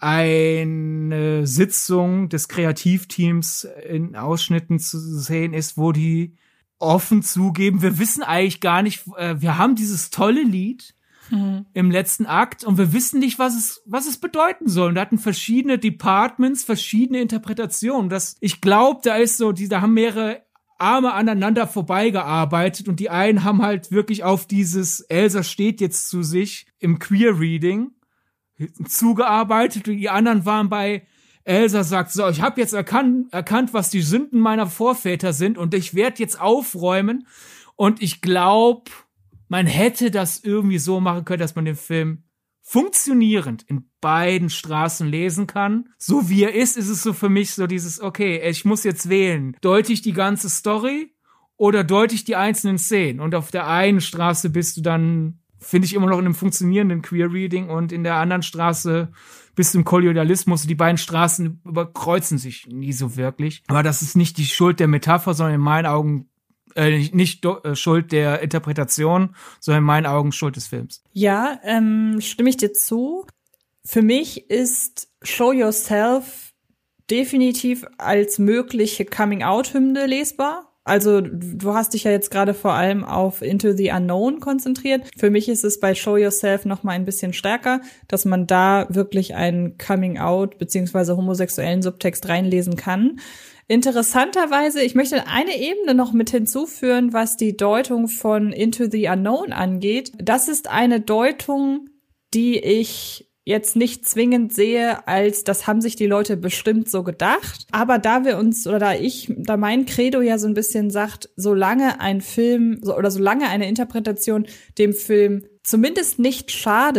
eine Sitzung des Kreativteams in Ausschnitten zu sehen ist, wo die offen zugeben, wir wissen eigentlich gar nicht, äh, wir haben dieses tolle Lied mhm. im letzten Akt und wir wissen nicht, was es was es bedeuten soll. Und da hatten verschiedene Departments verschiedene Interpretationen. Das, ich glaube, da ist so, die, da haben mehrere Arme aneinander vorbeigearbeitet und die einen haben halt wirklich auf dieses Elsa steht jetzt zu sich im Queer-Reading zugearbeitet und die anderen waren bei Elsa sagt, so, ich habe jetzt erkannt, erkannt, was die Sünden meiner Vorväter sind und ich werde jetzt aufräumen und ich glaube, man hätte das irgendwie so machen können, dass man den Film funktionierend in beiden Straßen lesen kann. So wie er ist, ist es so für mich so dieses, okay, ich muss jetzt wählen. Deute ich die ganze Story oder deute ich die einzelnen Szenen? Und auf der einen Straße bist du dann, finde ich, immer noch in einem funktionierenden Queer-Reading und in der anderen Straße bist du im Kolonialismus. Die beiden Straßen überkreuzen sich nie so wirklich. Aber das ist nicht die Schuld der Metapher, sondern in meinen Augen äh, nicht, nicht äh, Schuld der Interpretation, sondern in meinen Augen Schuld des Films. Ja, ähm, stimme ich dir zu. Für mich ist Show Yourself definitiv als mögliche Coming-out-Hymne lesbar. Also du hast dich ja jetzt gerade vor allem auf Into the Unknown konzentriert. Für mich ist es bei Show Yourself noch mal ein bisschen stärker, dass man da wirklich einen Coming-out beziehungsweise homosexuellen Subtext reinlesen kann. Interessanterweise, ich möchte eine Ebene noch mit hinzufügen, was die Deutung von Into the Unknown angeht. Das ist eine Deutung, die ich jetzt nicht zwingend sehe, als das haben sich die Leute bestimmt so gedacht. Aber da wir uns, oder da ich, da mein Credo ja so ein bisschen sagt, solange ein Film, oder solange eine Interpretation dem Film zumindest nicht schadet,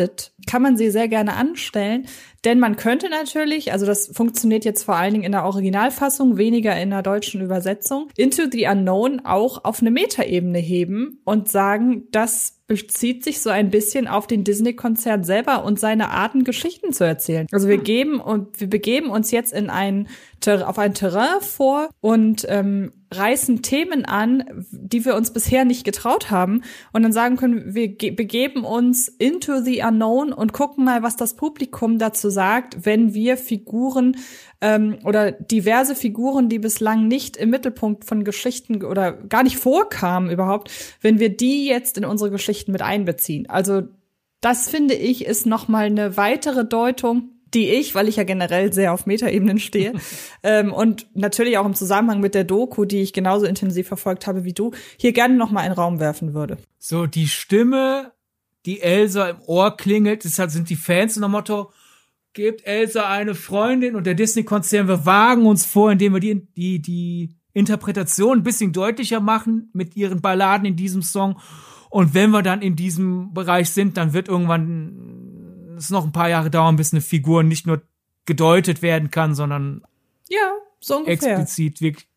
kann man sie sehr gerne anstellen. Denn man könnte natürlich, also das funktioniert jetzt vor allen Dingen in der Originalfassung, weniger in der deutschen Übersetzung, Into the Unknown auch auf eine Metaebene heben und sagen, das bezieht sich so ein bisschen auf den Disney-Konzern selber und seine Arten, Geschichten zu erzählen. Also wir geben und wir begeben uns jetzt in ein auf ein Terrain vor und ähm, reißen Themen an, die wir uns bisher nicht getraut haben. Und dann sagen können, wir ge- begeben uns into the unknown und gucken mal, was das Publikum dazu sagt, wenn wir Figuren ähm, oder diverse Figuren, die bislang nicht im Mittelpunkt von Geschichten oder gar nicht vorkamen überhaupt, wenn wir die jetzt in unsere Geschichten mit einbeziehen. Also das, finde ich, ist noch mal eine weitere Deutung, die ich, weil ich ja generell sehr auf Metaebenen stehe ähm, und natürlich auch im Zusammenhang mit der Doku, die ich genauso intensiv verfolgt habe wie du, hier gerne noch mal in den Raum werfen würde. So, die Stimme, die Elsa im Ohr klingelt, deshalb sind die Fans nach dem Motto, gebt Elsa eine Freundin, und der Disney-Konzern, wir wagen uns vor, indem wir die, die, die Interpretation ein bisschen deutlicher machen mit ihren Balladen in diesem Song. Und wenn wir dann in diesem Bereich sind, dann wird irgendwann es noch ein paar Jahre dauern, bis eine Figur nicht nur gedeutet werden kann, sondern ja, so ungefähr explizit, wirklich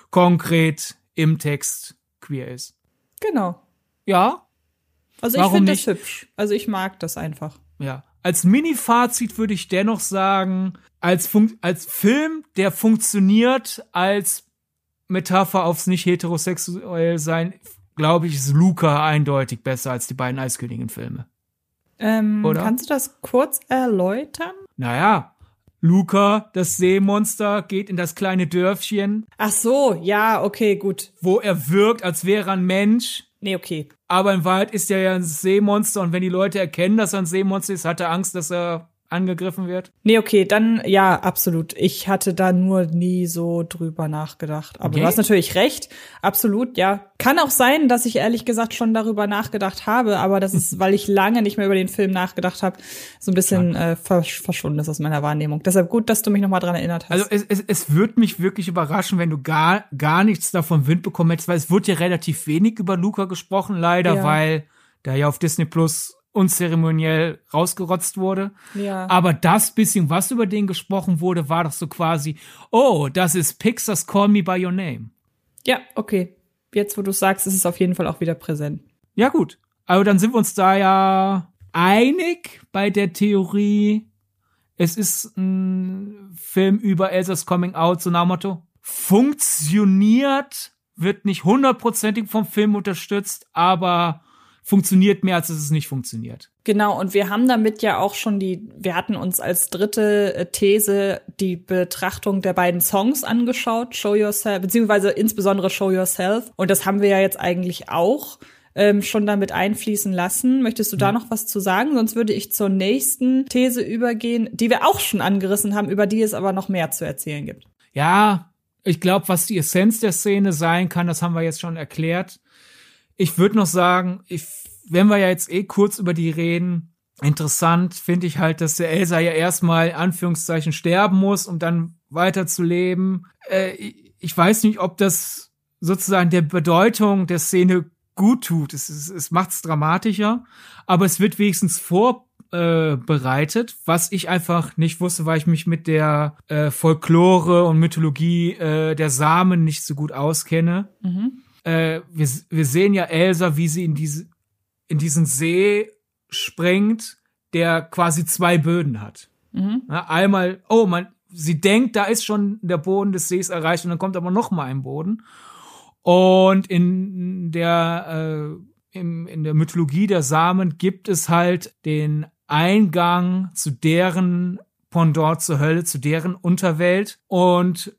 konkret im Text queer ist. Genau. Ja. Also ich finde das hübsch. Also ich mag das einfach. Ja. Als Mini-Fazit würde ich dennoch sagen, als, Fun- als Film, der funktioniert als Metapher aufs nicht-heterosexuell sein, glaube ich, ist Luca eindeutig besser als die beiden Eiskönigin-Filme. Ähm, Oder? Kannst du das kurz erläutern? Naja, Luca, das Seemonster, geht in das kleine Dörfchen. Ach so, ja, okay, gut. Wo er wirkt, als wäre er ein Mensch. Nee, okay. Aber in Wahrheit ist er ja ein Seemonster, und wenn die Leute erkennen, dass er ein Seemonster ist, hat er Angst, dass er angegriffen wird. Nee, okay, dann, ja, absolut. Ich hatte da nur nie so drüber nachgedacht. Aber Okay. Du hast natürlich recht. Absolut, ja. Kann auch sein, dass ich ehrlich gesagt schon darüber nachgedacht habe, aber das ist, weil ich lange nicht mehr über den Film nachgedacht habe, so ein bisschen äh, versch- verschwunden ist aus meiner Wahrnehmung. Deshalb gut, dass du mich nochmal dran erinnert hast. Also es, es, es würde mich wirklich überraschen, wenn du gar, gar nichts davon Wind bekommen hättest, weil es wird ja relativ wenig über Luca gesprochen, leider, Ja. weil der ja auf Disney Plus unzeremoniell rausgerotzt wurde. Ja. Aber das bisschen, was über den gesprochen wurde, war doch so quasi, oh, das ist Pixar's Call Me By Your Name. Ja, okay. Jetzt, wo du sagst, ist es auf jeden Fall auch wieder präsent. Ja, gut. Aber dann sind wir uns da ja einig bei der Theorie, es ist ein Film über Elsa's Coming Out, so nach dem Motto, funktioniert, wird nicht hundertprozentig vom Film unterstützt, aber funktioniert mehr, als dass es nicht funktioniert. Genau, und wir haben damit ja auch schon die, wir hatten uns als dritte These die Betrachtung der beiden Songs angeschaut, Show Yourself, beziehungsweise insbesondere Show Yourself. Und das haben wir ja jetzt eigentlich auch ähm, schon damit einfließen lassen. Möchtest du da noch was zu sagen? Sonst würde ich zur nächsten These übergehen, die wir auch schon angerissen haben, über die es aber noch mehr zu erzählen gibt. Ja, ich glaube, was die Essenz der Szene sein kann, das haben wir jetzt schon erklärt. Ich würde noch sagen, ich, wenn wir ja jetzt eh kurz über die reden, interessant finde ich halt, dass der Elsa ja erstmal in Anführungszeichen sterben muss, um dann weiterzuleben. Äh, ich, ich weiß nicht, ob das sozusagen der Bedeutung der Szene gut tut. Es, es, es macht es dramatischer, aber es wird wenigstens vorbereitet, äh, was ich einfach nicht wusste, weil ich mich mit der äh, Folklore und Mythologie äh, der Samen nicht so gut auskenne. Mhm. Äh, wir, wir sehen ja Elsa, wie sie in diese, in diesen See springt, der quasi zwei Böden hat. Mhm. Ja, einmal, oh, man, sie denkt, da ist schon der Boden des Sees erreicht, und dann kommt aber noch mal ein Boden. Und in der, äh, im, in der Mythologie der Samen gibt es halt den Eingang zu deren Pendant zur Hölle, zu deren Unterwelt, und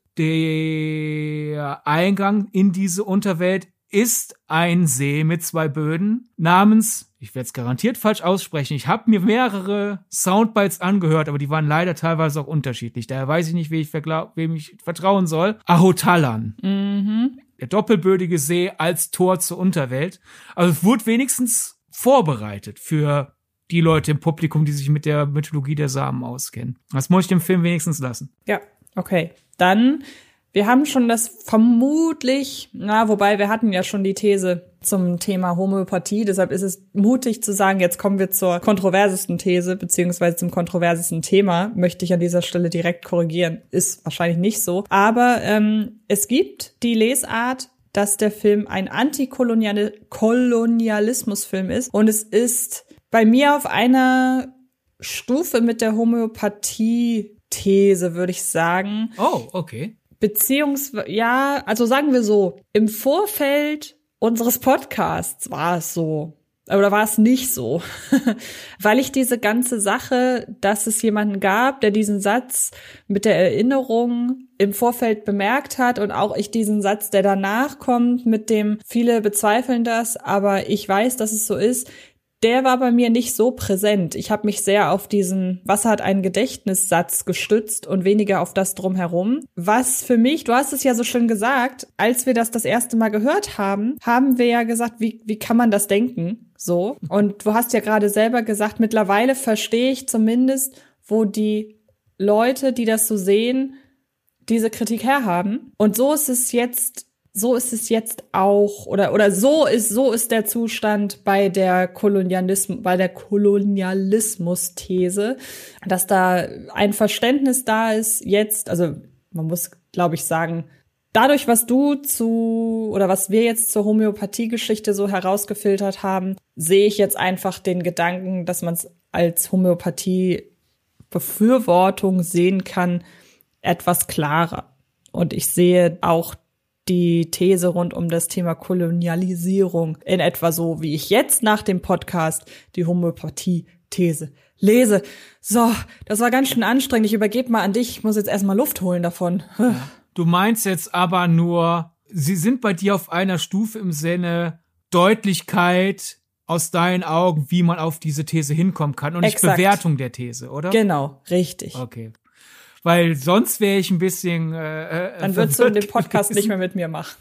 der Eingang in diese Unterwelt ist ein See mit zwei Böden namens, ich werde es garantiert falsch aussprechen, ich habe mir mehrere Soundbites angehört, aber die waren leider teilweise auch unterschiedlich. Daher weiß ich nicht, wem ich, vergla- wem ich vertrauen soll. Ahotalan. Mhm. Der doppelbödige See als Tor zur Unterwelt. Also es wurde wenigstens vorbereitet für die Leute im Publikum, die sich mit der Mythologie der Samen auskennen. Das muss ich dem Film wenigstens lassen. Ja, okay. Dann, wir haben schon das vermutlich, na, wobei wir hatten ja schon die These zum Thema Homöopathie, deshalb ist es mutig zu sagen, jetzt kommen wir zur kontroversesten These, beziehungsweise zum kontroversesten Thema, möchte ich an dieser Stelle direkt korrigieren, ist wahrscheinlich nicht so, aber ähm, es gibt die Lesart, dass der Film ein Antikolonialismusfilm ist und es ist bei mir auf einer Stufe mit der Homöopathie-These, würde ich sagen. Oh, okay. Beziehungsweise, ja, also sagen wir so, im Vorfeld unseres Podcasts war es so. Oder war es nicht so? Weil ich diese ganze Sache, dass es jemanden gab, der diesen Satz mit der Erinnerung im Vorfeld bemerkt hat und auch ich diesen Satz, der danach kommt, mit dem viele bezweifeln das, aber ich weiß, dass es so ist, der war bei mir nicht so präsent. Ich habe mich sehr auf diesen Was hat ein Gedächtnissatz gestützt und weniger auf das Drumherum. Was für mich, du hast es ja so schön gesagt, als wir das das erste Mal gehört haben, haben wir ja gesagt, wie, wie kann man das denken? So. Und du hast ja gerade selber gesagt, mittlerweile verstehe ich zumindest, wo die Leute, die das so sehen, diese Kritik herhaben. Und so ist es jetzt So ist es jetzt auch, oder, oder so ist, so ist der Zustand bei der Kolonialismus, bei der Kolonialismus-These, dass da ein Verständnis da ist jetzt, also, man muss, glaube ich, sagen, dadurch, was du zu, oder was wir jetzt zur Homöopathie-Geschichte so herausgefiltert haben, sehe ich jetzt einfach den Gedanken, dass man es als Homöopathie-Befürwortung sehen kann, etwas klarer. Und ich sehe auch die These rund um das Thema Kolonialisierung in etwa so, wie ich jetzt nach dem Podcast die Homöopathie-These lese. So, das war ganz schön anstrengend. Ich übergebe mal an dich. Ich muss jetzt erstmal Luft holen davon. Ja. Du meinst jetzt aber nur, sie sind bei dir auf einer Stufe im Sinne Deutlichkeit aus deinen Augen, wie man auf diese These hinkommen kann und nicht Exakt. Bewertung der These, oder? Genau, richtig. Okay. Weil sonst wäre ich ein bisschen äh, Dann würdest du den Podcast gewesen. Nicht mehr mit mir machen.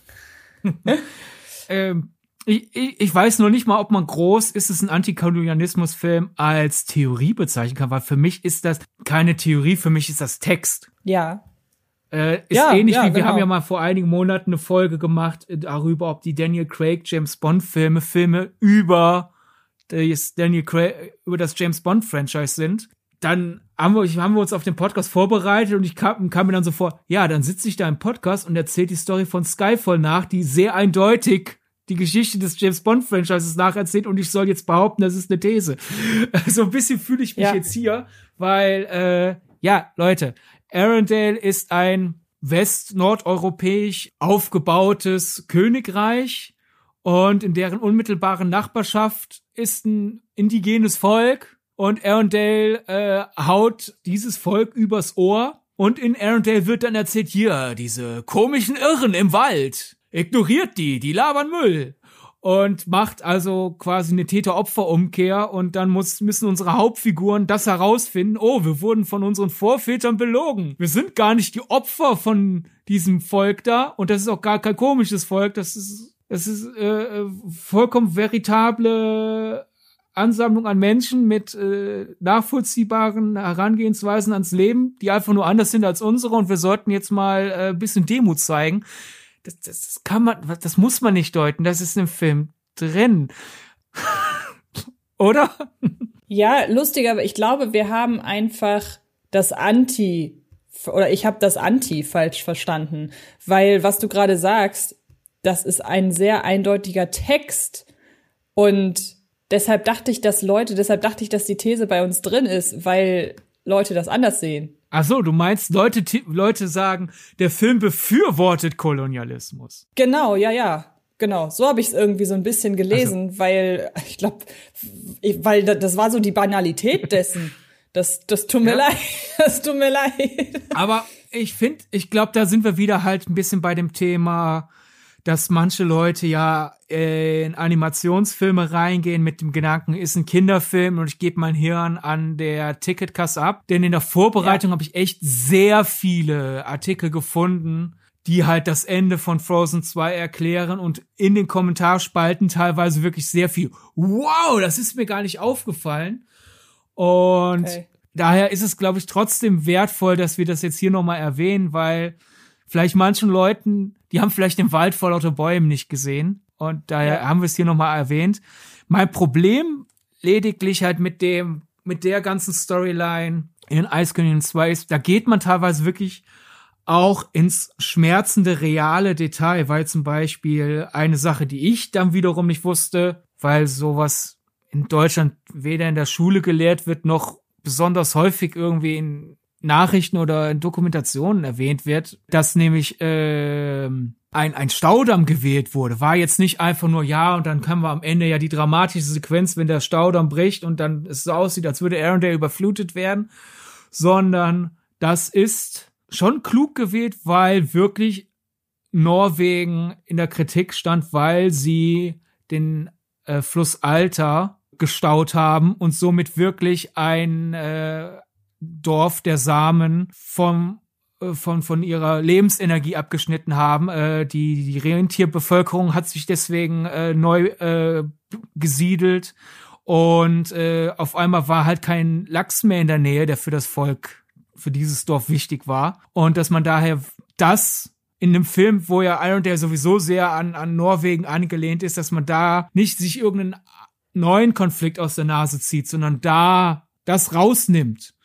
ähm, ich, ich, ich weiß noch nicht mal, ob man groß ist es ein Antikolonialismusfilm als Theorie bezeichnen kann, weil für mich ist das keine Theorie, für mich ist das Text. Ja. Äh, ist ja, ähnlich ja, wie, wir genau. haben ja mal vor einigen Monaten eine Folge gemacht darüber, ob die Daniel Craig James Bond Filme Filme über das Daniel Craig, über das James Bond Franchise sind. Dann haben wir, haben wir uns auf den Podcast vorbereitet und ich kam, kam mir dann so vor, ja, dann sitze ich da im Podcast und erzähle die Story von Skyfall nach, die sehr eindeutig die Geschichte des James Bond Franchises nacherzählt und ich soll jetzt behaupten, das ist eine These. So ein bisschen fühle ich mich ja. jetzt hier, weil, äh, ja, Leute, Arendelle ist ein west-nordeuropäisch aufgebautes Königreich und in deren unmittelbaren Nachbarschaft ist ein indigenes Volk. Und Arendelle äh, haut dieses Volk übers Ohr. Und in Arendelle wird dann erzählt, hier, diese komischen Irren im Wald. Ignoriert die, die labern Müll. Und macht also quasi eine Täter-Opfer-Umkehr. Und dann muss, müssen unsere Hauptfiguren das herausfinden. Oh, wir wurden von unseren Vorvätern belogen. Wir sind gar nicht die Opfer von diesem Volk da. Und das ist auch gar kein komisches Volk. Das ist, das ist äh, vollkommen veritable Ansammlung an Menschen mit äh, nachvollziehbaren Herangehensweisen ans Leben, die einfach nur anders sind als unsere und wir sollten jetzt mal äh, ein bisschen Demut zeigen. Das, das, das kann man, das muss man nicht deuten, das ist im Film drin. Oder? Ja, lustig, aber ich glaube, wir haben einfach das Anti, oder ich habe das Anti falsch verstanden, weil was du gerade sagst, das ist ein sehr eindeutiger Text und deshalb dachte ich, dass Leute, deshalb dachte ich, dass die These bei uns drin ist, weil Leute das anders sehen. Ach so, du meinst, Leute, Leute sagen, der Film befürwortet Kolonialismus. Genau, ja, ja, genau. So habe ich es irgendwie so ein bisschen gelesen, so. weil ich glaube, weil das war so die Banalität dessen. Das, das tut mir ja. leid, das tut mir leid. Aber ich finde, ich glaube, da sind wir wieder halt ein bisschen bei dem Thema, dass manche Leute ja in Animationsfilme reingehen mit dem Gedanken, ist ein Kinderfilm und ich gebe mein Hirn an der Ticketkasse ab. Denn in der Vorbereitung ja. habe ich echt sehr viele Artikel gefunden, die halt das Ende von Frozen zwei erklären und in den Kommentarspalten teilweise wirklich sehr viel, wow, das ist mir gar nicht aufgefallen. Und okay. daher ist es, glaube ich, trotzdem wertvoll, dass wir das jetzt hier nochmal erwähnen, weil vielleicht manchen Leuten, die haben vielleicht den Wald vor lauter Bäumen nicht gesehen. Und daher ja. haben wir es hier nochmal erwähnt. Mein Problem lediglich halt mit dem, mit der ganzen Storyline in Eiskönigin zwei ist, da geht man teilweise wirklich auch ins schmerzende, reale Detail, weil zum Beispiel eine Sache, die ich dann wiederum nicht wusste, weil sowas in Deutschland weder in der Schule gelehrt wird, noch besonders häufig irgendwie in Nachrichten oder in Dokumentationen erwähnt wird, dass nämlich äh, ein, ein Staudamm gewählt wurde. War jetzt nicht einfach nur, ja, und dann kam wir am Ende ja die dramatische Sequenz, wenn der Staudamm bricht und dann es so aussieht, als würde Arendelle überflutet werden, sondern das ist schon klug gewählt, weil wirklich Norwegen in der Kritik stand, weil sie den äh, Fluss Alta gestaut haben und somit wirklich ein äh, Dorf der Samen vom äh, von von ihrer Lebensenergie abgeschnitten haben. Äh, die die Rentierbevölkerung hat sich deswegen äh, neu äh, gesiedelt und äh, auf einmal war halt kein Lachs mehr in der Nähe, der für das Volk, für dieses Dorf wichtig war. Und dass man daher das in einem Film, wo ja Arendelle sowieso sehr an, an Norwegen angelehnt ist, dass man da nicht sich irgendeinen neuen Konflikt aus der Nase zieht, sondern da das rausnimmt,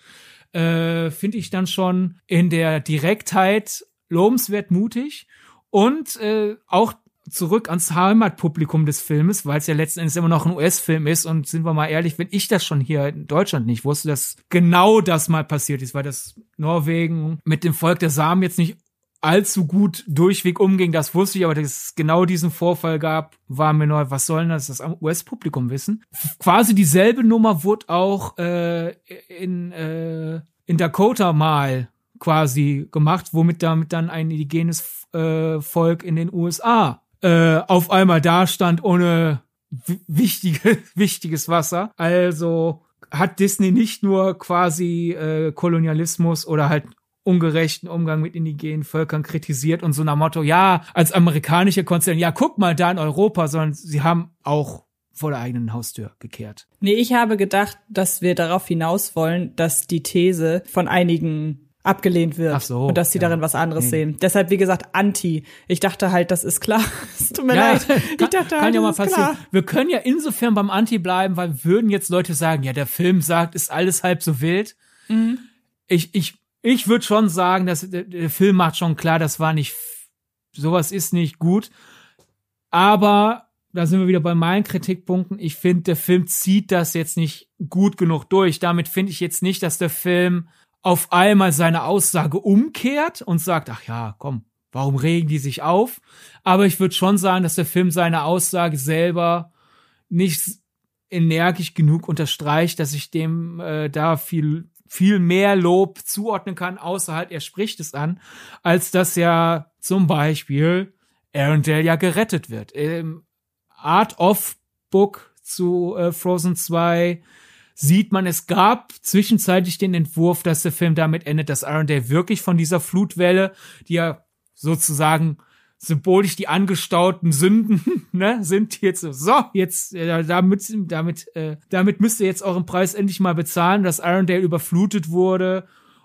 äh, finde ich dann schon in der Direktheit lobenswert mutig und äh, auch zurück ans Heimatpublikum des Filmes, weil es ja letzten Endes immer noch ein U S-Film ist und sind wir mal ehrlich, wenn ich das schon hier in Deutschland nicht wusste, dass genau das mal passiert ist, weil das Norwegen mit dem Volk der Samen jetzt nicht allzu gut durchweg umging, das wusste ich, aber dass es genau diesen Vorfall gab, war mir neu. Was soll denn das, das U S-Publikum wissen? Quasi dieselbe Nummer wurde auch äh, in äh, in Dakota mal quasi gemacht, womit damit dann ein indigenes äh, Volk in den U S A äh, auf einmal dastand ohne w- wichtige, wichtiges Wasser. Also hat Disney nicht nur quasi äh, Kolonialismus oder halt ungerechten Umgang mit indigenen Völkern kritisiert und so nach Motto, ja, als amerikanische Konzern, ja, guck mal da in Europa, sondern sie haben auch vor der eigenen Haustür gekehrt. Nee, ich habe gedacht, dass wir darauf hinaus wollen, dass die These von einigen abgelehnt wird. Ach so, und dass sie ja. darin was anderes Nee. sehen. Deshalb, wie gesagt, anti. Ich dachte halt, das ist klar. Es tut mir Ja, leid. Ich kann, dachte kann halt, ja mal das ist passieren. klar. Wir können ja insofern beim Anti bleiben, weil würden jetzt Leute sagen, ja, der Film sagt, ist alles halb so wild. Mhm. Ich, ich, ich würde schon sagen, dass der, der Film macht schon klar, das war nicht, sowas ist nicht gut. Aber da sind wir wieder bei meinen Kritikpunkten. Ich finde, der Film zieht das jetzt nicht gut genug durch. Damit finde ich jetzt nicht, dass der Film auf einmal seine Aussage umkehrt und sagt, ach ja, komm, warum regen die sich auf? Aber ich würde schon sagen, dass der Film seine Aussage selber nicht energisch genug unterstreicht, dass ich dem äh, da viel viel mehr Lob zuordnen kann, außer halt, er spricht es an, als dass ja zum Beispiel Arendelle ja gerettet wird. Im Art of Book zu äh, Frozen zwei sieht man, es gab zwischenzeitlich den Entwurf, dass der Film damit endet, dass Arendelle wirklich von dieser Flutwelle, die ja sozusagen symbolisch die angestauten Sünden, ne, sind jetzt so, so jetzt, äh, damit, damit, äh, damit müsst ihr jetzt euren Preis endlich mal bezahlen, dass Arendelle überflutet wurde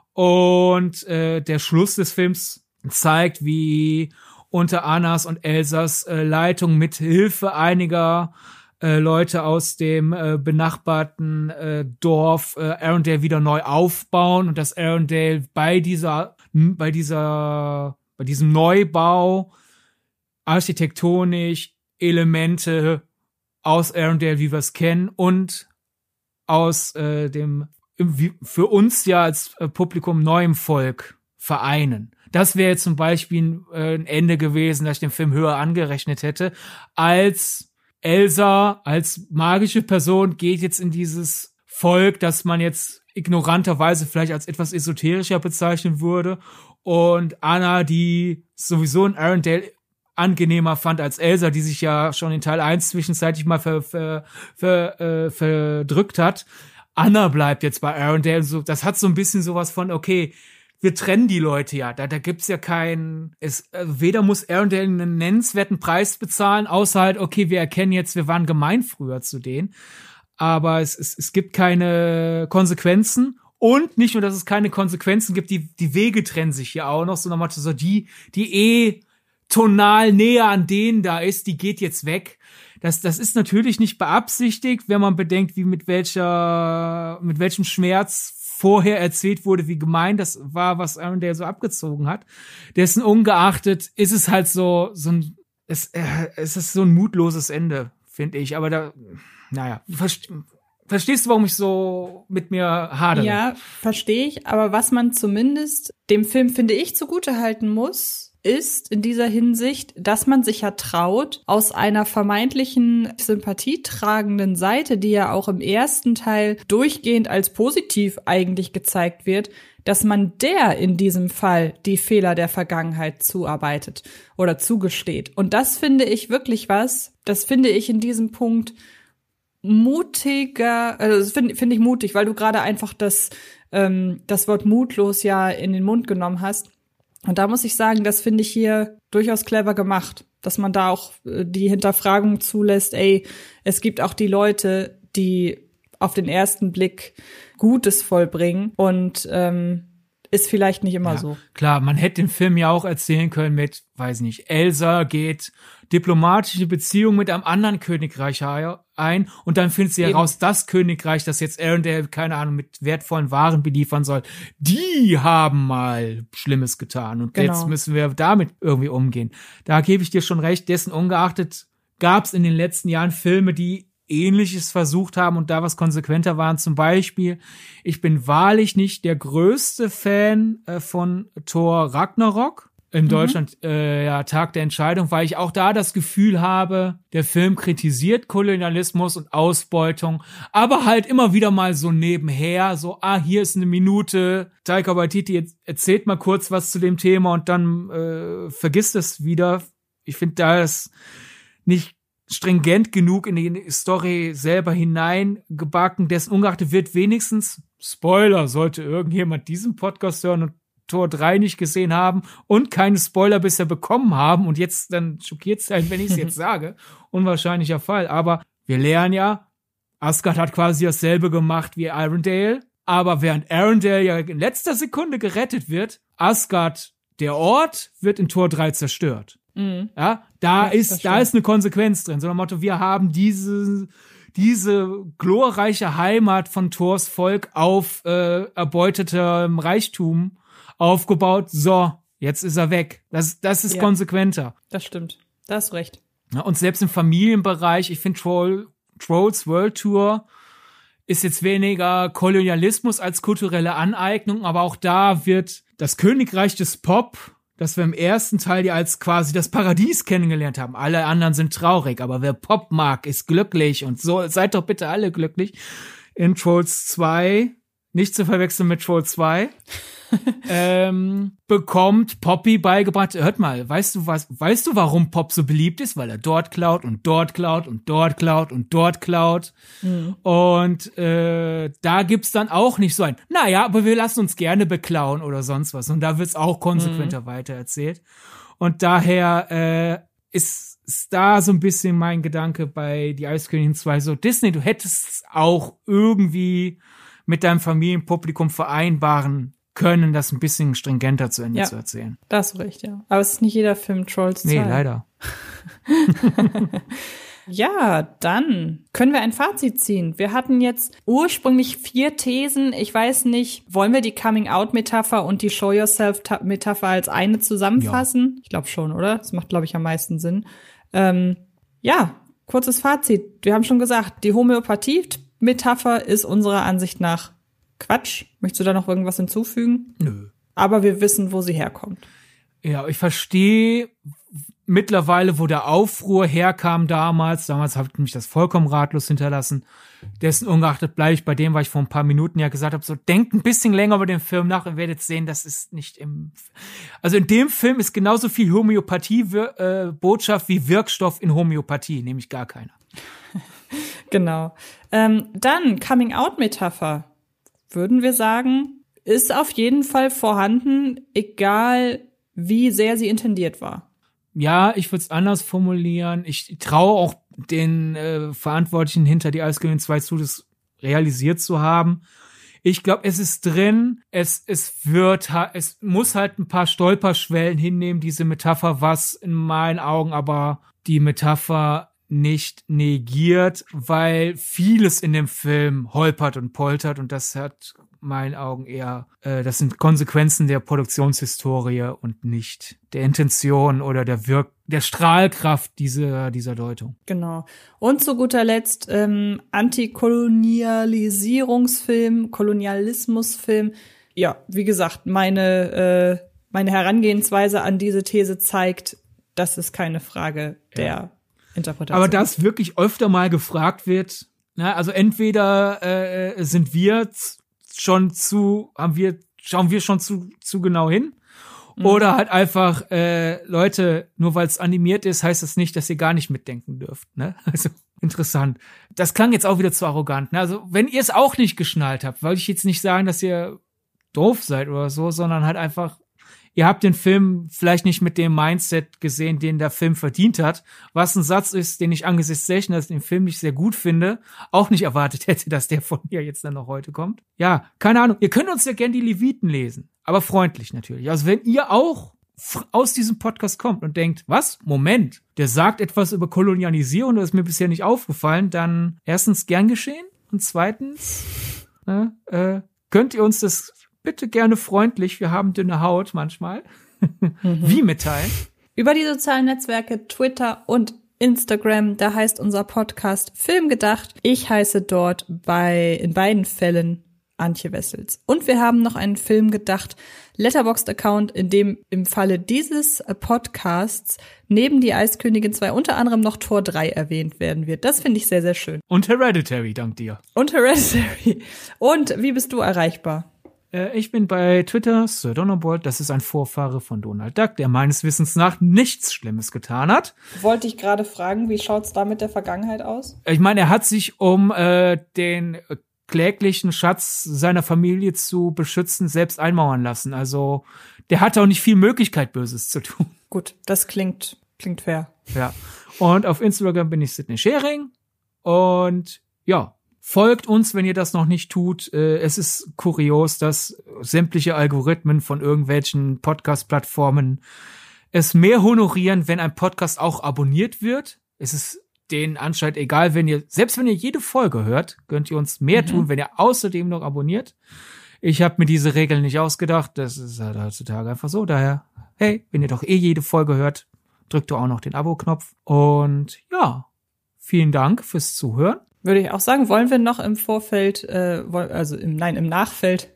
und äh, der Schluss des Films zeigt, wie unter Annas und Elsas äh, Leitung mit Hilfe einiger äh, Leute aus dem äh, benachbarten äh, Dorf äh, Arendelle wieder neu aufbauen und dass Arendelle bei dieser, bei dieser, bei diesem Neubau architektonisch Elemente aus Arendelle, wie wir es kennen, und aus äh, dem wie, für uns ja als äh, Publikum neuem Volk vereinen. Das wäre jetzt zum Beispiel äh, ein Ende gewesen, dass ich den Film höher angerechnet hätte, als Elsa als magische Person geht jetzt in dieses Volk, das man jetzt ignoranterweise vielleicht als etwas esoterischer bezeichnen würde, und Anna, die sowieso in Arendelle angenehmer fand als Elsa, die sich ja schon in Teil eins zwischenzeitlich mal ver, ver, ver, äh, verdrückt hat. Anna bleibt jetzt bei Arendelle. So, das hat so ein bisschen sowas von, okay, wir trennen die Leute ja. Da, da gibt's ja keinen, es, äh, weder muss Arendelle einen nennenswerten Preis bezahlen, außer halt, okay, wir erkennen jetzt, wir waren gemein früher zu denen. Aber es, es, es gibt keine Konsequenzen. Und nicht nur, dass es keine Konsequenzen gibt, die, die Wege trennen sich hier auch noch, so nach Motto, so die, die eh tonal näher an denen da ist, die geht jetzt weg. Das, das ist natürlich nicht beabsichtigt, wenn man bedenkt, wie mit welcher, mit welchem Schmerz vorher erzählt wurde, wie gemein das war, was Arendelle so abgezogen hat. Dessen ungeachtet ist es halt so, so ein, es, äh, es ist so ein mutloses Ende, finde ich. Aber da, naja, verste, verstehst du, warum ich so mit mir hadere? Ja, verstehe ich. Aber was man zumindest dem Film, finde ich, zugutehalten muss, ist in dieser Hinsicht, dass man sich ja traut, aus einer vermeintlichen sympathietragenden Seite, die ja auch im ersten Teil durchgehend als positiv eigentlich gezeigt wird, dass man der in diesem Fall die Fehler der Vergangenheit zuarbeitet oder zugesteht. Und das finde ich wirklich was, das finde ich in diesem Punkt mutiger, also das finde find ich mutig, weil du gerade einfach das, ähm, das Wort mutlos ja in den Mund genommen hast. Und da muss ich sagen, das finde ich hier durchaus clever gemacht, dass man da auch äh, die Hinterfragung zulässt, ey, es gibt auch die Leute, die auf den ersten Blick Gutes vollbringen und ähm, ist vielleicht nicht immer ja, so. Klar, man hätte den Film ja auch erzählen können mit, weiß nicht, Elsa geht diplomatische Beziehungen mit einem anderen Königreich ein und dann findet sie Eben. heraus, das Königreich, das jetzt Arendelle, keine Ahnung, mit wertvollen Waren beliefern soll, die haben mal Schlimmes getan und Genau. jetzt müssen wir damit irgendwie umgehen. Da gebe ich dir schon recht, dessen ungeachtet gab es in den letzten Jahren Filme, die Ähnliches versucht haben und da was konsequenter waren. Zum Beispiel, ich bin wahrlich nicht der größte Fan äh, von Thor Ragnarok. In mhm. Deutschland, äh, ja, Tag der Entscheidung, weil ich auch da das Gefühl habe, der Film kritisiert Kolonialismus und Ausbeutung, aber halt immer wieder mal so nebenher, so, ah, hier ist eine Minute, Taika Waititi erzählt mal kurz was zu dem Thema und dann äh, vergisst es wieder. Ich finde, da ist nicht stringent genug in die Story selber hineingebacken, dessen ungeachtet wird wenigstens, Spoiler, sollte irgendjemand diesen Podcast hören und Tor drei nicht gesehen haben und keine Spoiler bisher bekommen haben und jetzt dann schockiert sein, wenn ich es jetzt sage. Unwahrscheinlicher Fall. Aber wir lernen ja, Asgard hat quasi dasselbe gemacht wie Arendelle, aber während Arendelle ja in letzter Sekunde gerettet wird, Asgard, der Ort, wird in Tor drei zerstört. Mhm. Ja, da ja, ist, da ist eine Konsequenz drin. So nach dem Motto, wir haben diese, diese glorreiche Heimat von Thors Volk auf äh, erbeutetem Reichtum aufgebaut. So, jetzt ist er weg. Das, das ist ja konsequenter. Das stimmt. Da hast du recht. Ja, und selbst im Familienbereich, ich finde Troll, Trolls World Tour ist jetzt weniger Kolonialismus als kulturelle Aneignung, aber auch da wird das Königreich des Pop, das wir im ersten Teil ja als quasi das Paradies kennengelernt haben. Alle anderen sind traurig, aber wer Pop mag, ist glücklich und so, seid doch bitte alle glücklich. In Trolls zwei, nicht zu verwechseln mit Troll zwei, ähm, bekommt Poppy beigebracht, hört mal, weißt du was, weißt du, warum Pop so beliebt ist? Weil er dort klaut und dort klaut und dort klaut und dort klaut. Mhm. Und äh, da gibt's dann auch nicht so ein, naja, aber wir lassen uns gerne beklauen oder sonst was. Und da wird's auch konsequenter mhm. weitererzählt. Und daher äh, ist, ist da so ein bisschen mein Gedanke bei Die Eiskönigin zwei so, Disney, du hättest auch irgendwie mit deinem Familienpublikum vereinbaren können, das ein bisschen stringenter zu Ende ja, zu erzählen. Da hast du recht, ja. Aber es ist nicht jeder Film Trolls zwei. Nee, leider. Ja, dann können wir ein Fazit ziehen. Wir hatten jetzt ursprünglich vier Thesen. Ich weiß nicht, wollen wir die Coming-out-Metapher und die Show-Yourself-Metapher als eine zusammenfassen? Ja. Ich glaube schon, oder? Das macht, glaube ich, am meisten Sinn. Ähm, ja, kurzes Fazit. Wir haben schon gesagt, die Homöopathie-Metapher ist unserer Ansicht nach Quatsch. Möchtest du da noch irgendwas hinzufügen? Nö. Aber wir wissen, wo sie herkommt. Ja, ich verstehe mittlerweile, wo der Aufruhr herkam damals. Damals hat mich das vollkommen ratlos hinterlassen. Dessen ungeachtet bleibe ich bei dem, was ich vor ein paar Minuten ja gesagt habe. So, denkt ein bisschen länger über den Film nach und werdet sehen, das ist nicht im... Also in dem Film ist genauso viel Homöopathie-Botschaft wie Wirkstoff in Homöopathie, nämlich gar keiner. Genau. Ähm, dann Coming-out-Metapher. Würden wir sagen, ist auf jeden Fall vorhanden, egal wie sehr sie intendiert war. Ja, ich würde es anders formulieren. Ich traue auch den äh, Verantwortlichen hinter Die Eiskönigin zwei zu, das realisiert zu haben. Ich glaube, es ist drin. Es, es wird, es muss halt ein paar Stolperschwellen hinnehmen, diese Metapher, was in meinen Augen aber die Metapher nicht negiert, weil vieles in dem Film holpert und poltert und das hat in meinen Augen eher, äh, das sind Konsequenzen der Produktionshistorie und nicht der Intention oder der Wirk der Strahlkraft dieser, dieser Deutung. Genau. Und zu guter Letzt ähm, Antikolonialisierungsfilm, Kolonialismusfilm. Ja, wie gesagt, meine, äh, meine Herangehensweise an diese These zeigt, das ist keine Frage der ja. Interpretation. Aber das wirklich öfter mal gefragt wird, na, also entweder äh, sind wir schon zu, haben wir, schauen wir schon zu, zu genau hin, mhm. oder halt einfach, äh, Leute, nur weil es animiert ist, heißt das nicht, dass ihr gar nicht mitdenken dürft, ne? Also interessant. Das klang jetzt auch wieder zu arrogant, ne? Also wenn ihr es auch nicht geschnallt habt, wollte ich jetzt nicht sagen, dass ihr doof seid oder so, sondern halt einfach, ihr habt den Film vielleicht nicht mit dem Mindset gesehen, den der Film verdient hat, was ein Satz ist, den ich angesichts dessen, dass ich den Film nicht sehr gut finde, auch nicht erwartet hätte, dass der von mir jetzt dann noch heute kommt. Ja, keine Ahnung. Ihr könnt uns ja gerne die Leviten lesen, aber freundlich natürlich. Also wenn ihr auch aus diesem Podcast kommt und denkt, was? Moment, der sagt etwas über Kolonialisierung, das ist mir bisher nicht aufgefallen, dann erstens gern geschehen und zweitens äh, äh, könnt ihr uns das bitte gerne freundlich, wir haben dünne Haut manchmal, mhm. wie mitteilen. Über die sozialen Netzwerke Twitter und Instagram, da heißt unser Podcast Filmgedacht. Ich heiße dort bei in beiden Fällen Antje Wessels. Und wir haben noch einen Filmgedacht Letterboxd-Account, in dem im Falle dieses Podcasts neben die Eiskönigin zwei unter anderem noch Tor drei erwähnt werden wird. Das finde ich sehr, sehr schön. Und Hereditary, dank dir. Und Hereditary. Und wie bist du erreichbar? Ich bin bei Twitter Sir Donnerbolt. Das ist ein Vorfahre von Donald Duck, der meines Wissens nach nichts Schlimmes getan hat. Wollte ich gerade fragen, wie schaut's da mit der Vergangenheit aus? Ich meine, er hat sich, um äh, den kläglichen Schatz seiner Familie zu beschützen, selbst einmauern lassen. Also der hatte auch nicht viel Möglichkeit, Böses zu tun. Gut, das klingt klingt fair. Ja. Und auf Instagram bin ich Sidney Schering. Und ja, folgt uns, wenn ihr das noch nicht tut. Es ist kurios, dass sämtliche Algorithmen von irgendwelchen Podcast-Plattformen es mehr honorieren, wenn ein Podcast auch abonniert wird. Es ist denen anscheinend egal, wenn ihr, selbst wenn ihr jede Folge hört, könnt ihr uns mehr mhm. tun, wenn ihr außerdem noch abonniert. Ich habe mir diese Regeln nicht ausgedacht. Das ist halt heutzutage einfach so. Daher, hey, wenn ihr doch eh jede Folge hört, drückt ihr auch noch den Abo-Knopf. Und ja, vielen Dank fürs Zuhören. Würde ich auch sagen, wollen wir noch im Vorfeld, äh, also im, nein, im Nachfeld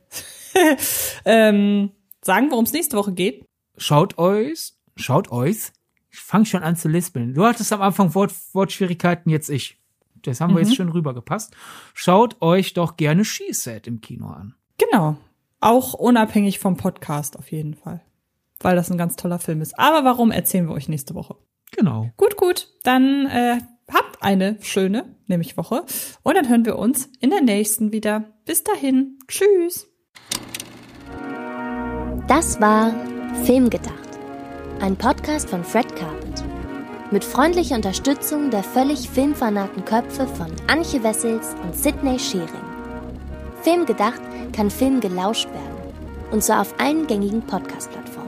ähm, sagen, worum es nächste Woche geht? Schaut euch, schaut euch, ich fange schon an zu lispeln. Du hattest am Anfang Wort, Wortschwierigkeiten, jetzt ich. Das haben wir mhm. jetzt schon rübergepasst. Schaut euch doch gerne She Said im Kino an. Genau, auch unabhängig vom Podcast auf jeden Fall, weil das ein ganz toller Film ist. Aber warum, erzählen wir euch nächste Woche. Genau. Gut, gut, dann äh, habt eine schöne, nämlich Woche. Und dann hören wir uns in der nächsten wieder. Bis dahin. Tschüss. Das war Filmgedacht. Ein Podcast von Fred Carpet. Mit freundlicher Unterstützung der völlig filmfanaten Köpfe von Antje Wessels und Sidney Schering. Filmgedacht kann Film gelauscht werden. Und zwar auf allen gängigen Podcast-Plattformen.